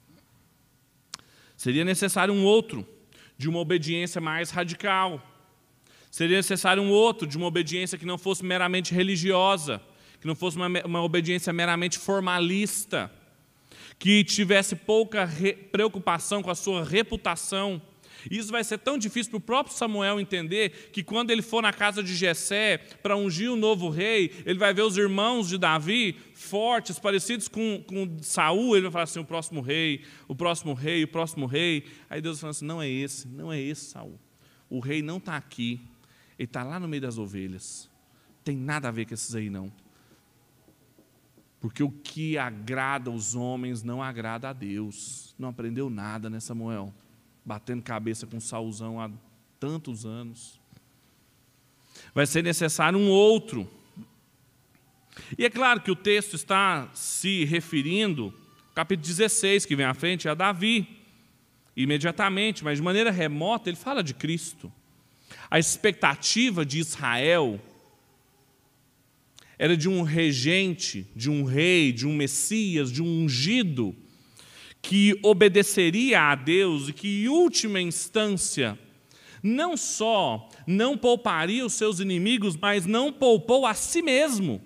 Seria necessário um outro, de uma obediência mais radical. Seria necessário um outro, de uma obediência que não fosse meramente religiosa, que não fosse uma, uma obediência meramente formalista, que tivesse pouca re, preocupação com a sua reputação. Isso vai ser tão difícil para o próprio Samuel entender, que quando ele for na casa de Jessé para ungir o novo rei, ele vai ver os irmãos de Davi fortes, parecidos com, com Saul, ele vai falar assim: o próximo rei, o próximo rei, o próximo rei. Aí Deus fala assim: não é esse, não é esse Saul. O rei não está aqui, ele está lá no meio das ovelhas. Tem nada a ver com esses aí não. Porque o que agrada os homens não agrada a Deus. Não aprendeu nada, né, Samuel? Batendo cabeça com Saulzão há tantos anos. Vai ser necessário um outro. E é claro que o texto está se referindo, capítulo dezesseis, que vem à frente, a Davi, imediatamente, mas de maneira remota, ele fala de Cristo. A expectativa de Israel era de um regente, de um rei, de um Messias, de um ungido, que obedeceria a Deus e que, em última instância, não só não pouparia os seus inimigos, mas não poupou a si mesmo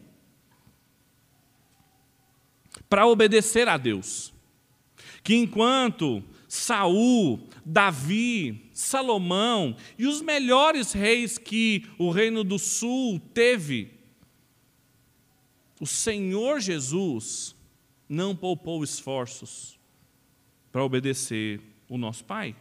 para obedecer a Deus. Que enquanto Saul, Davi, Salomão e os melhores reis que o Reino do Sul teve, o Senhor Jesus não poupou esforços para obedecer o nosso Pai.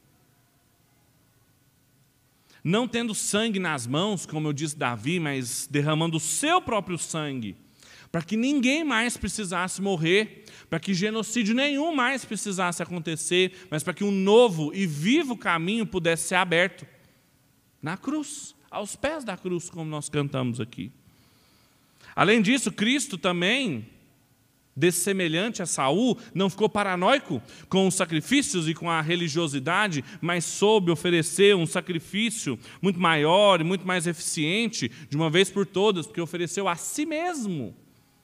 Não tendo sangue nas mãos, como eu disse Davi, mas derramando o seu próprio sangue, para que ninguém mais precisasse morrer, para que genocídio nenhum mais precisasse acontecer, mas para que um novo e vivo caminho pudesse ser aberto na cruz, aos pés da cruz, como nós cantamos aqui. Além disso, Cristo também, dessemelhante a Saul, não ficou paranoico com os sacrifícios e com a religiosidade, mas soube oferecer um sacrifício muito maior e muito mais eficiente, de uma vez por todas, porque ofereceu a si mesmo,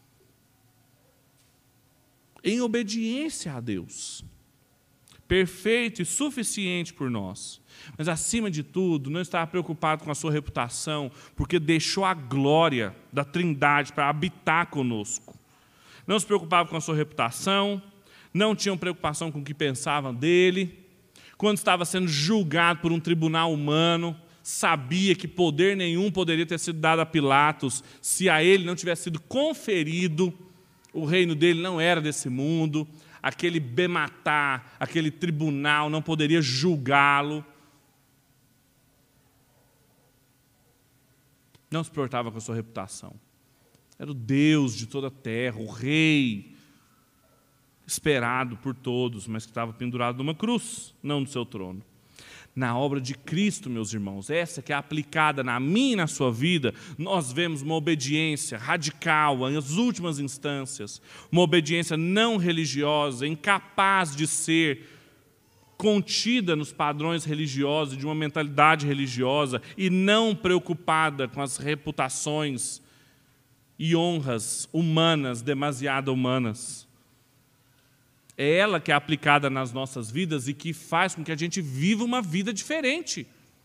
em obediência a Deus, perfeito e suficiente por nós. Mas, acima de tudo, não estava preocupado com a sua reputação, porque deixou a glória da Trindade para habitar conosco. Não se preocupava com a sua reputação, não tinham preocupação com o que pensavam dele. Quando estava sendo julgado por um tribunal humano, sabia que poder nenhum poderia ter sido dado a Pilatos se a ele não tivesse sido conferido. O reino dele não era desse mundo, aquele bematá, aquele tribunal não poderia julgá-lo. Não se importava com a sua reputação. Era o Deus de toda a terra, o rei, esperado por todos, mas que estava pendurado numa cruz, não no seu trono. Na obra de Cristo, meus irmãos, essa que é aplicada na minha e na sua vida, nós vemos uma obediência radical, nas últimas instâncias, uma obediência não religiosa, incapaz de ser contida nos padrões religiosos, de uma mentalidade religiosa, e não preocupada com as reputações e honras humanas, demasiado humanas. É ela que é aplicada nas nossas vidas e que faz com que a gente viva uma vida diferente.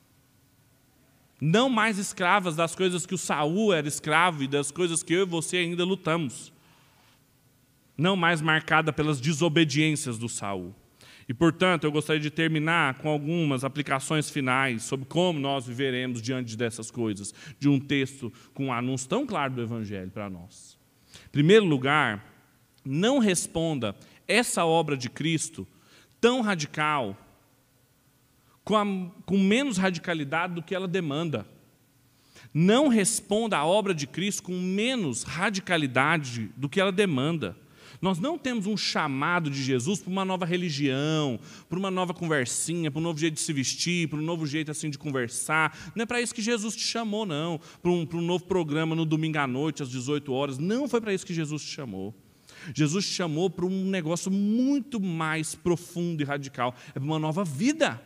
Não mais escravas das coisas que o Saul era escravo e das coisas que eu e você ainda lutamos. Não mais marcada pelas desobediências do Saul. E, portanto, eu gostaria de terminar com algumas aplicações finais sobre como nós viveremos diante dessas coisas, de um texto com um anúncio tão claro do Evangelho para nós. Em primeiro lugar, não responda essa obra de Cristo tão radical, com, a, com menos radicalidade do que ela demanda. Não responda à obra de Cristo com menos radicalidade do que ela demanda. Nós não temos um chamado de Jesus para uma nova religião, para uma nova conversinha, para um novo jeito de se vestir, para um novo jeito assim de conversar. Não é para isso que Jesus te chamou, não. Para um, para um novo programa no domingo à noite, às dezoito horas. Não foi para isso que Jesus te chamou. Jesus te chamou para um negócio muito mais profundo e radical. É para uma nova vida.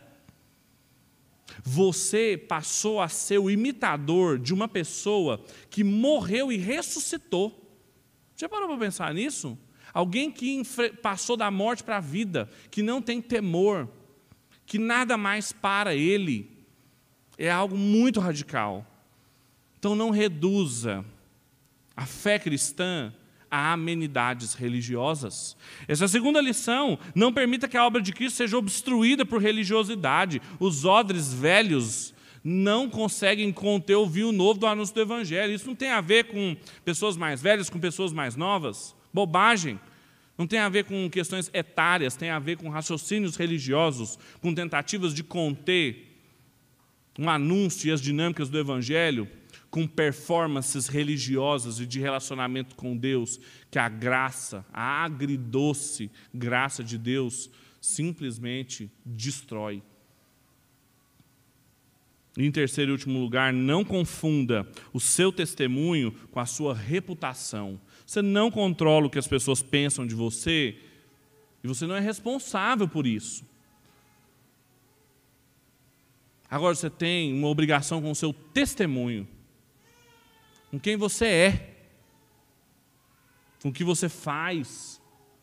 Você passou a ser o imitador de uma pessoa que morreu e ressuscitou. Já parou para pensar nisso? Alguém que passou da morte para a vida, que não tem temor, que nada mais para ele. É algo muito radical. Então não reduza a fé cristã a amenidades religiosas. Essa é a segunda lição. Não permita que a obra de Cristo seja obstruída por religiosidade. Os odres velhos não conseguem conter o vinho novo do anúncio do Evangelho. Isso não tem a ver com pessoas mais velhas, com pessoas mais novas. Bobagem. Não tem a ver com questões etárias, tem a ver com raciocínios religiosos, com tentativas de conter um anúncio e as dinâmicas do Evangelho, com performances religiosas e de relacionamento com Deus, que a graça, a agridoce graça de Deus, simplesmente destrói. E em terceiro e último lugar, não confunda o seu testemunho com a sua reputação. Você não controla o que as pessoas pensam de você e você não é responsável por isso. Agora você tem uma obrigação com o seu testemunho, com quem você é, com o que você faz,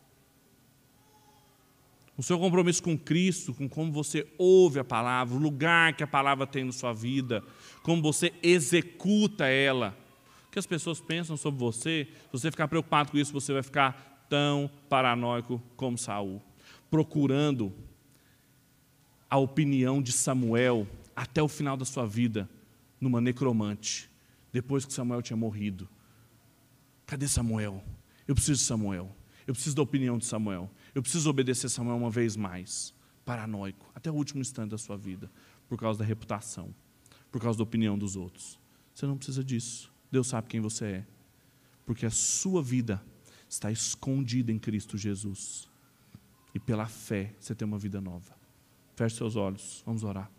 o seu compromisso com Cristo, com como você ouve a palavra, o lugar que a palavra tem na sua vida, como você executa ela. O que as pessoas pensam sobre você, se você ficar preocupado com isso, você vai ficar tão paranoico como Saul, procurando a opinião de Samuel até o final da sua vida, numa necromante, depois que Samuel tinha morrido. Cadê Samuel? Eu preciso de Samuel. Eu preciso da opinião de Samuel. Eu preciso obedecer Samuel uma vez mais. Paranoico, até o último instante da sua vida, por causa da reputação, por causa da opinião dos outros. Você não precisa disso. Deus sabe quem você é, porque a sua vida está escondida em Cristo Jesus. E pela fé você tem uma vida nova. Feche seus olhos, vamos orar.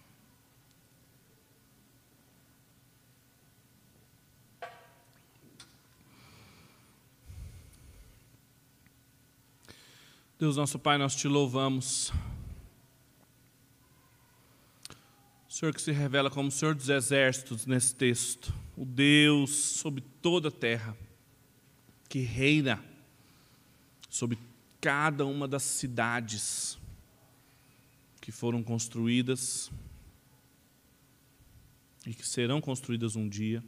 Deus, nosso Pai, nós te louvamos. O Senhor que se revela como o Senhor dos exércitos nesse texto, o Deus sobre toda a terra, que reina sobre cada uma das cidades que foram construídas e que serão construídas um dia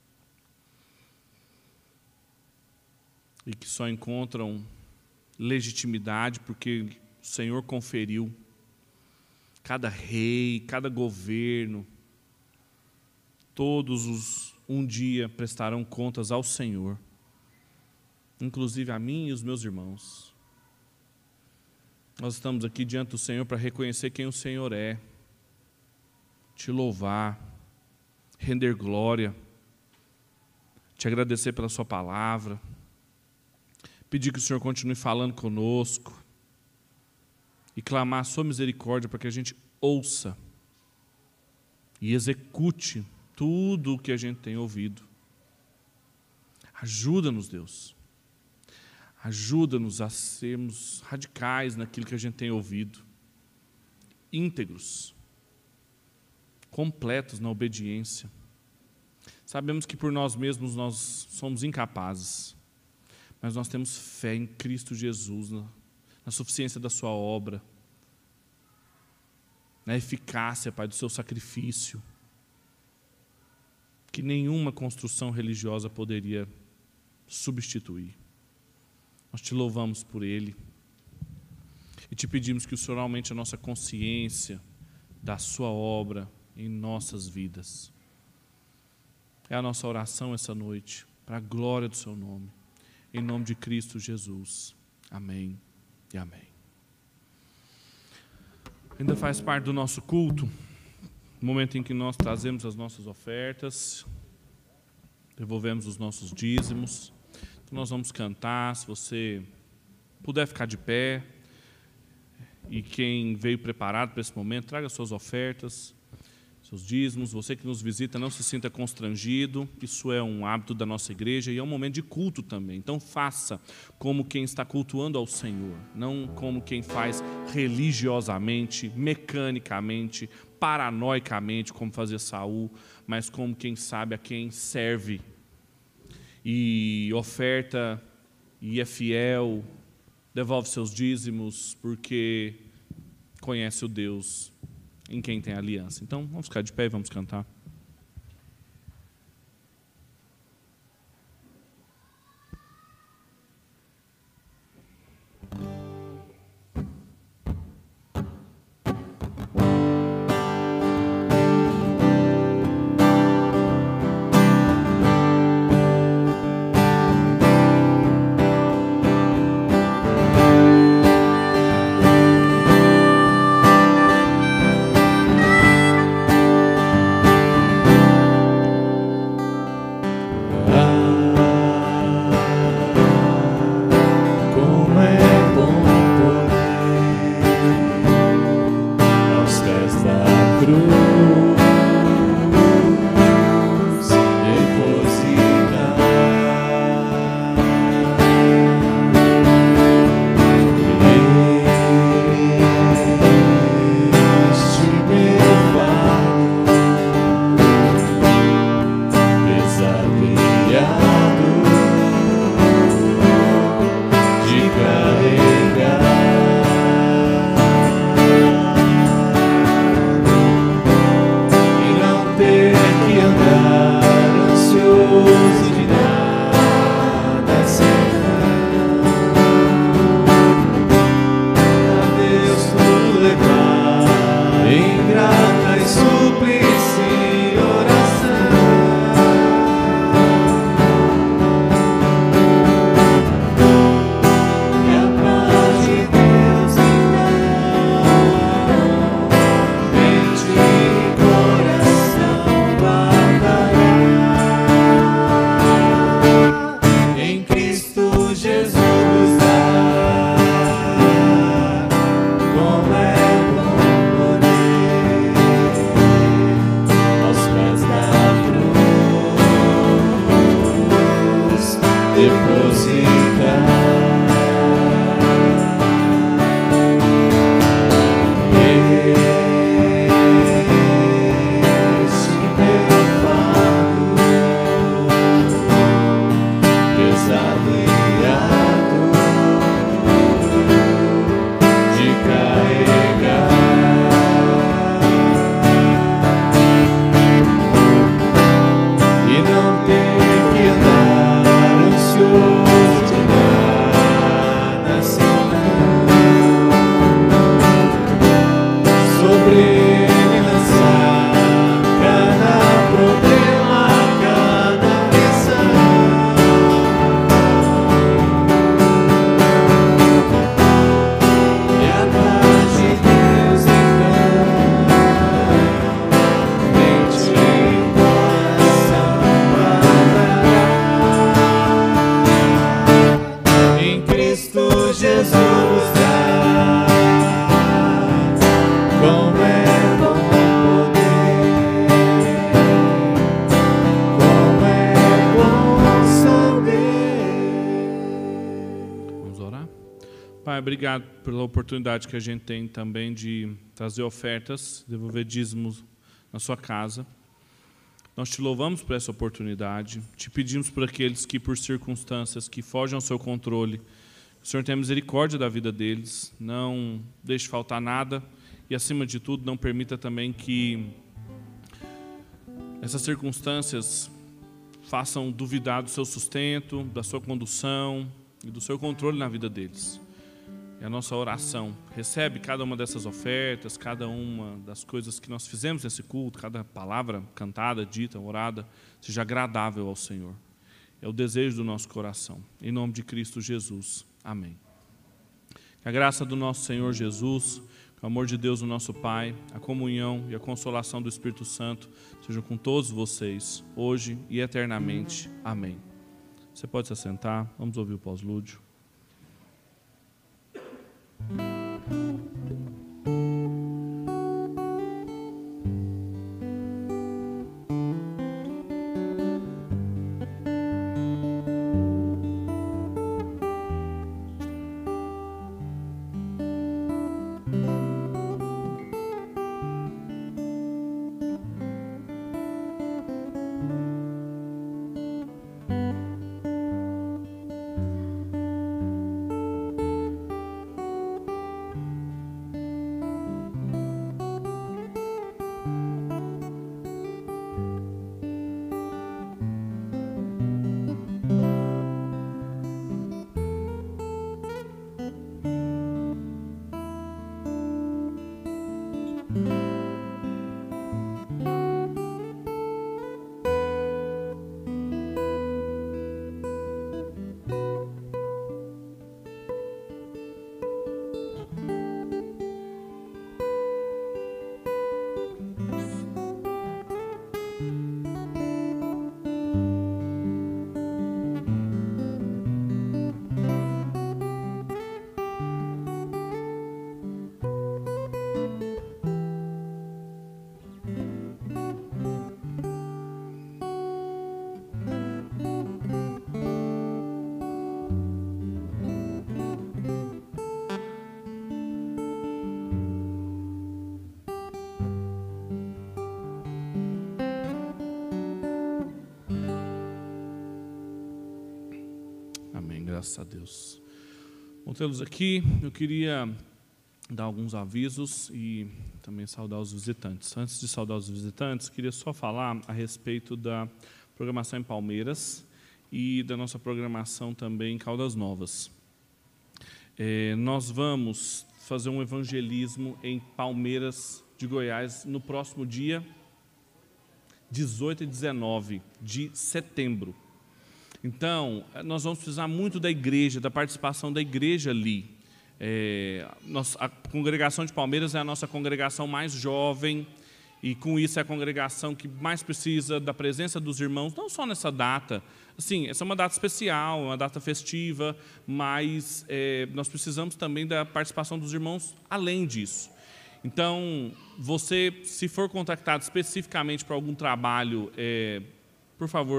e que só encontram legitimidade porque o Senhor conferiu. Cada rei, cada governo, todos os um dia prestarão contas ao Senhor, inclusive a mim e os meus irmãos. Nós estamos aqui diante do Senhor para reconhecer quem o Senhor é, te louvar, render glória, te agradecer pela sua palavra, pedir que o Senhor continue falando conosco e clamar a sua misericórdia para que a gente ouça e execute tudo o que a gente tem ouvido. Ajuda-nos, Deus. Ajuda-nos a sermos radicais naquilo que a gente tem ouvido, íntegros, completos na obediência. Sabemos que por nós mesmos nós somos incapazes, mas nós temos fé em Cristo Jesus, na, na suficiência da sua obra, na eficácia, Pai, do seu sacrifício, que nenhuma construção religiosa poderia substituir. Nós te louvamos por ele e te pedimos que o Senhor aumente a nossa consciência da sua obra em nossas vidas. É a nossa oração essa noite, para a glória do seu nome. Em nome de Cristo Jesus. Amém e amém. Ainda faz parte do nosso culto, no momento em que nós trazemos as nossas ofertas, devolvemos os nossos dízimos. Então nós vamos cantar, se você puder ficar de pé, e quem veio preparado para esse momento, traga suas ofertas, seus dízimos. Você que nos visita, não se sinta constrangido, isso é um hábito da nossa igreja e é um momento de culto também. Então faça como quem está cultuando ao Senhor, não como quem faz religiosamente, mecanicamente, paranoicamente, como fazia Saul, mas como quem sabe a quem serve e oferta e é fiel, devolve seus dízimos porque conhece o Deus em quem tem aliança. Então, vamos ficar de pé e vamos cantar. Obrigado pela oportunidade que a gente tem também de trazer ofertas, devolver dízimos na sua casa. Nós te louvamos por essa oportunidade, te pedimos por aqueles que, por circunstâncias que fogem ao seu controle, o Senhor tenha misericórdia da vida deles, não deixe faltar nada e, acima de tudo, não permita também que essas circunstâncias façam duvidar do seu sustento, da sua condução e do seu controle na vida deles. É a nossa oração. Recebe cada uma dessas ofertas, cada uma das coisas que nós fizemos nesse culto, cada palavra cantada, dita, orada, seja agradável ao Senhor. É o desejo do nosso coração. Em nome de Cristo Jesus. Amém. Que a graça do nosso Senhor Jesus, o amor de Deus, o nosso Pai, a comunhão e a consolação do Espírito Santo sejam com todos vocês, hoje e eternamente. Amém. Você pode se assentar. Vamos ouvir o pós-lúdio. Graças a Deus. Bom tê-los aqui. Eu queria dar alguns avisos e também saudar os visitantes. Antes de saudar os visitantes, queria só falar a respeito da programação em Palmeiras e da nossa programação também em Caldas Novas. É, nós vamos fazer um evangelismo em Palmeiras de Goiás no próximo dia dezoito e dezenove de setembro. Então, nós vamos precisar muito da igreja, da participação da igreja ali. É, nós, a congregação de Palmeiras é a nossa congregação mais jovem e, com isso, é a congregação que mais precisa da presença dos irmãos, não só nessa data. Assim, essa é uma data especial, uma data festiva, mas é, nós precisamos também da participação dos irmãos além disso. Então, você, se for contactado especificamente para algum trabalho, é, por favor,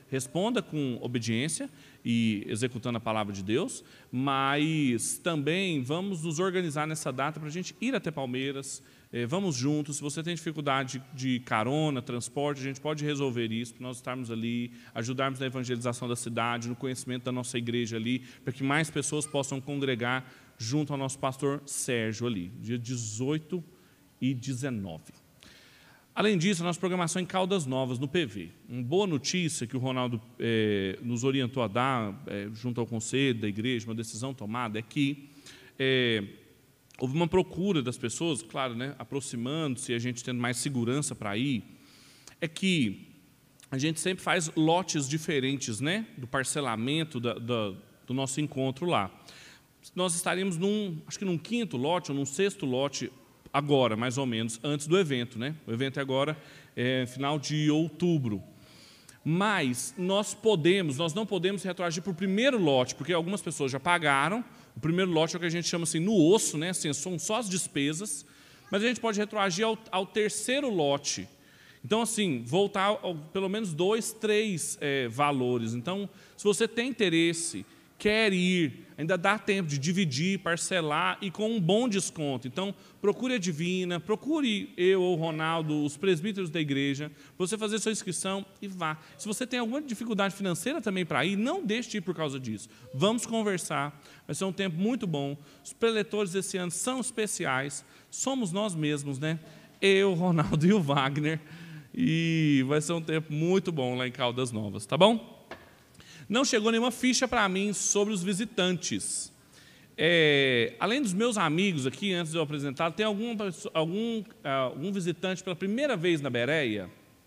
responda com obediência e executando a palavra de Deus, mas também vamos nos organizar nessa data para a gente ir até Palmeiras, eh, vamos juntos. Se você tem dificuldade de carona, transporte, a gente pode resolver isso, para nós estarmos ali, ajudarmos na evangelização da cidade, no conhecimento da nossa igreja ali, para que mais pessoas possam congregar junto ao nosso pastor Sérgio ali, dia dezoito e dezenove. Além disso, a nossa programação em Caldas Novas, no P V. Uma boa notícia que o Ronaldo eh, nos orientou a dar, eh, junto ao conselho da igreja, uma decisão tomada, é que eh, houve uma procura das pessoas, claro, né, aproximando-se, a gente tendo mais segurança para ir, é que a gente sempre faz lotes diferentes, né, do parcelamento da, da, do nosso encontro lá. Nós estaríamos num, acho que num quinto lote ou num sexto lote agora, mais ou menos, antes do evento, né? O evento é agora, é final de outubro. Mas nós podemos, nós não podemos retroagir para o primeiro lote, porque algumas pessoas já pagaram. O primeiro lote é o que a gente chama assim, no osso, né? Assim, são só as despesas, mas a gente pode retroagir ao, ao terceiro lote. Então, assim, voltar ao, pelo menos dois, três é, valores. Então, se você tem interesse, quer ir, ainda dá tempo de dividir, parcelar e com um bom desconto. Então, procure a Divina, procure eu ou o Ronaldo, os presbíteros da igreja, para você fazer sua inscrição e vá. Se você tem alguma dificuldade financeira também para ir, não deixe de ir por causa disso. Vamos conversar, vai ser um tempo muito bom. Os preletores desse ano são especiais, somos nós mesmos, né? Eu, o Ronaldo e o Wagner, e vai ser um tempo muito bom lá em Caldas Novas, tá bom? Não chegou nenhuma ficha para mim sobre os visitantes. É, além dos meus amigos aqui, antes de eu apresentar, tem algum, algum, algum visitante pela primeira vez na Bereia?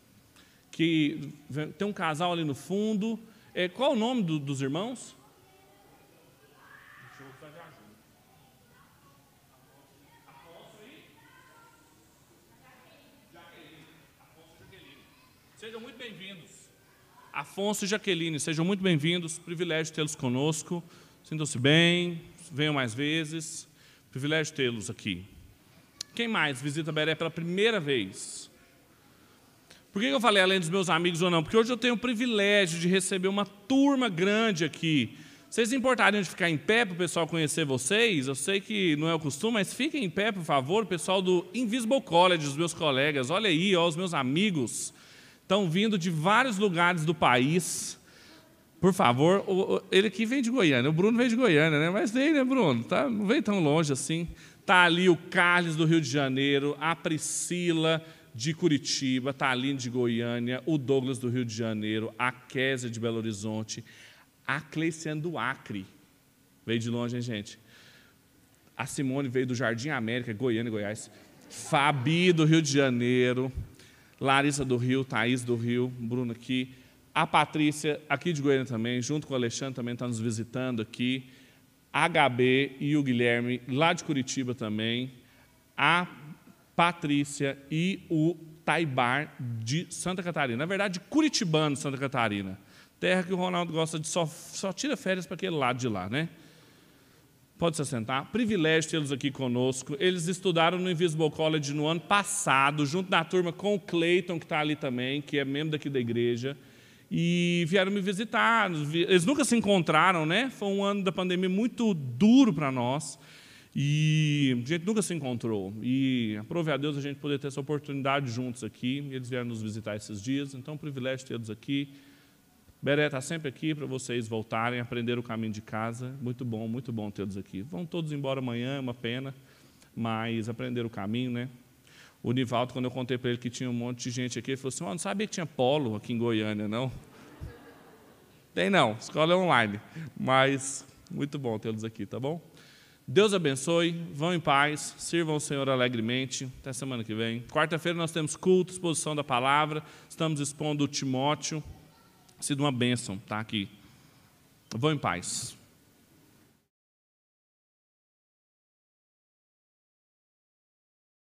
Que tem um casal ali no fundo. É, qual o nome do, dos irmãos? Deixa eu fazer ajuda. Afonso e Jaqueline. Afonso e Jaqueline. Sejam muito bem-vindos. Afonso e Jaqueline, sejam muito bem-vindos, privilégio tê-los conosco, sintam-se bem, venham mais vezes, privilégio tê-los aqui. Quem mais visita Beré pela primeira vez? Por que eu falei além dos meus amigos ou não? Porque hoje eu tenho o privilégio de receber uma turma grande aqui. Vocês se importariam de ficar em pé para o pessoal conhecer vocês? Eu sei que não é o costume, mas fiquem em pé, por favor, o pessoal do Invisible College, os meus colegas, olha aí, ó, os meus amigos. Estão vindo de vários lugares do país. Por favor, o, o, ele aqui vem de Goiânia, o Bruno veio de Goiânia, né? Mas vem, né, Bruno? Tá, não veio tão longe assim. Está ali o Carlos do Rio de Janeiro, a Priscila de Curitiba, está ali de Goiânia, o Douglas do Rio de Janeiro, a Késia de Belo Horizonte, a Cleiciane do Acre. Veio de longe, hein, gente? A Simone veio do Jardim América, Goiânia, Goiás. Fabi do Rio de Janeiro. Larissa do Rio, Thaís do Rio, Bruno aqui. A Patrícia, aqui de Goiânia também, junto com o Alexandre, também está nos visitando aqui. A H B e o Guilherme, lá de Curitiba também. A Patrícia e o Taibar, de Santa Catarina. Na verdade, curitibano de Santa Catarina. Terra que o Ronaldo gosta de só, só tira férias para aquele lado de lá, né? Pode se assentar. Privilégio tê-los aqui conosco. Eles estudaram no Invisible College no ano passado, junto da turma com o Cleiton, que está ali também, que é membro daqui da igreja, e vieram me visitar. Eles nunca se encontraram, né? Foi um ano da pandemia muito duro para nós, e a gente nunca se encontrou. E aprove a Deus a gente poder ter essa oportunidade juntos aqui. Eles vieram nos visitar esses dias, então privilégio tê-los aqui. Beré está sempre aqui para vocês voltarem, aprender o caminho de casa. Muito bom, muito bom tê-los aqui. Vão todos embora amanhã, é uma pena, mas aprender o caminho, né? O Nivaldo, quando eu contei para ele que tinha um monte de gente aqui, ele falou assim, oh, não sabia que tinha polo aqui em Goiânia, não? Tem não, escola é online, mas muito bom tê-los aqui, tá bom? Deus abençoe, vão em paz, sirvam o Senhor alegremente. Até semana que vem. Quarta-feira nós temos culto, exposição da palavra, estamos expondo o Timóteo. Sido uma bênção estar aqui. Vão em paz.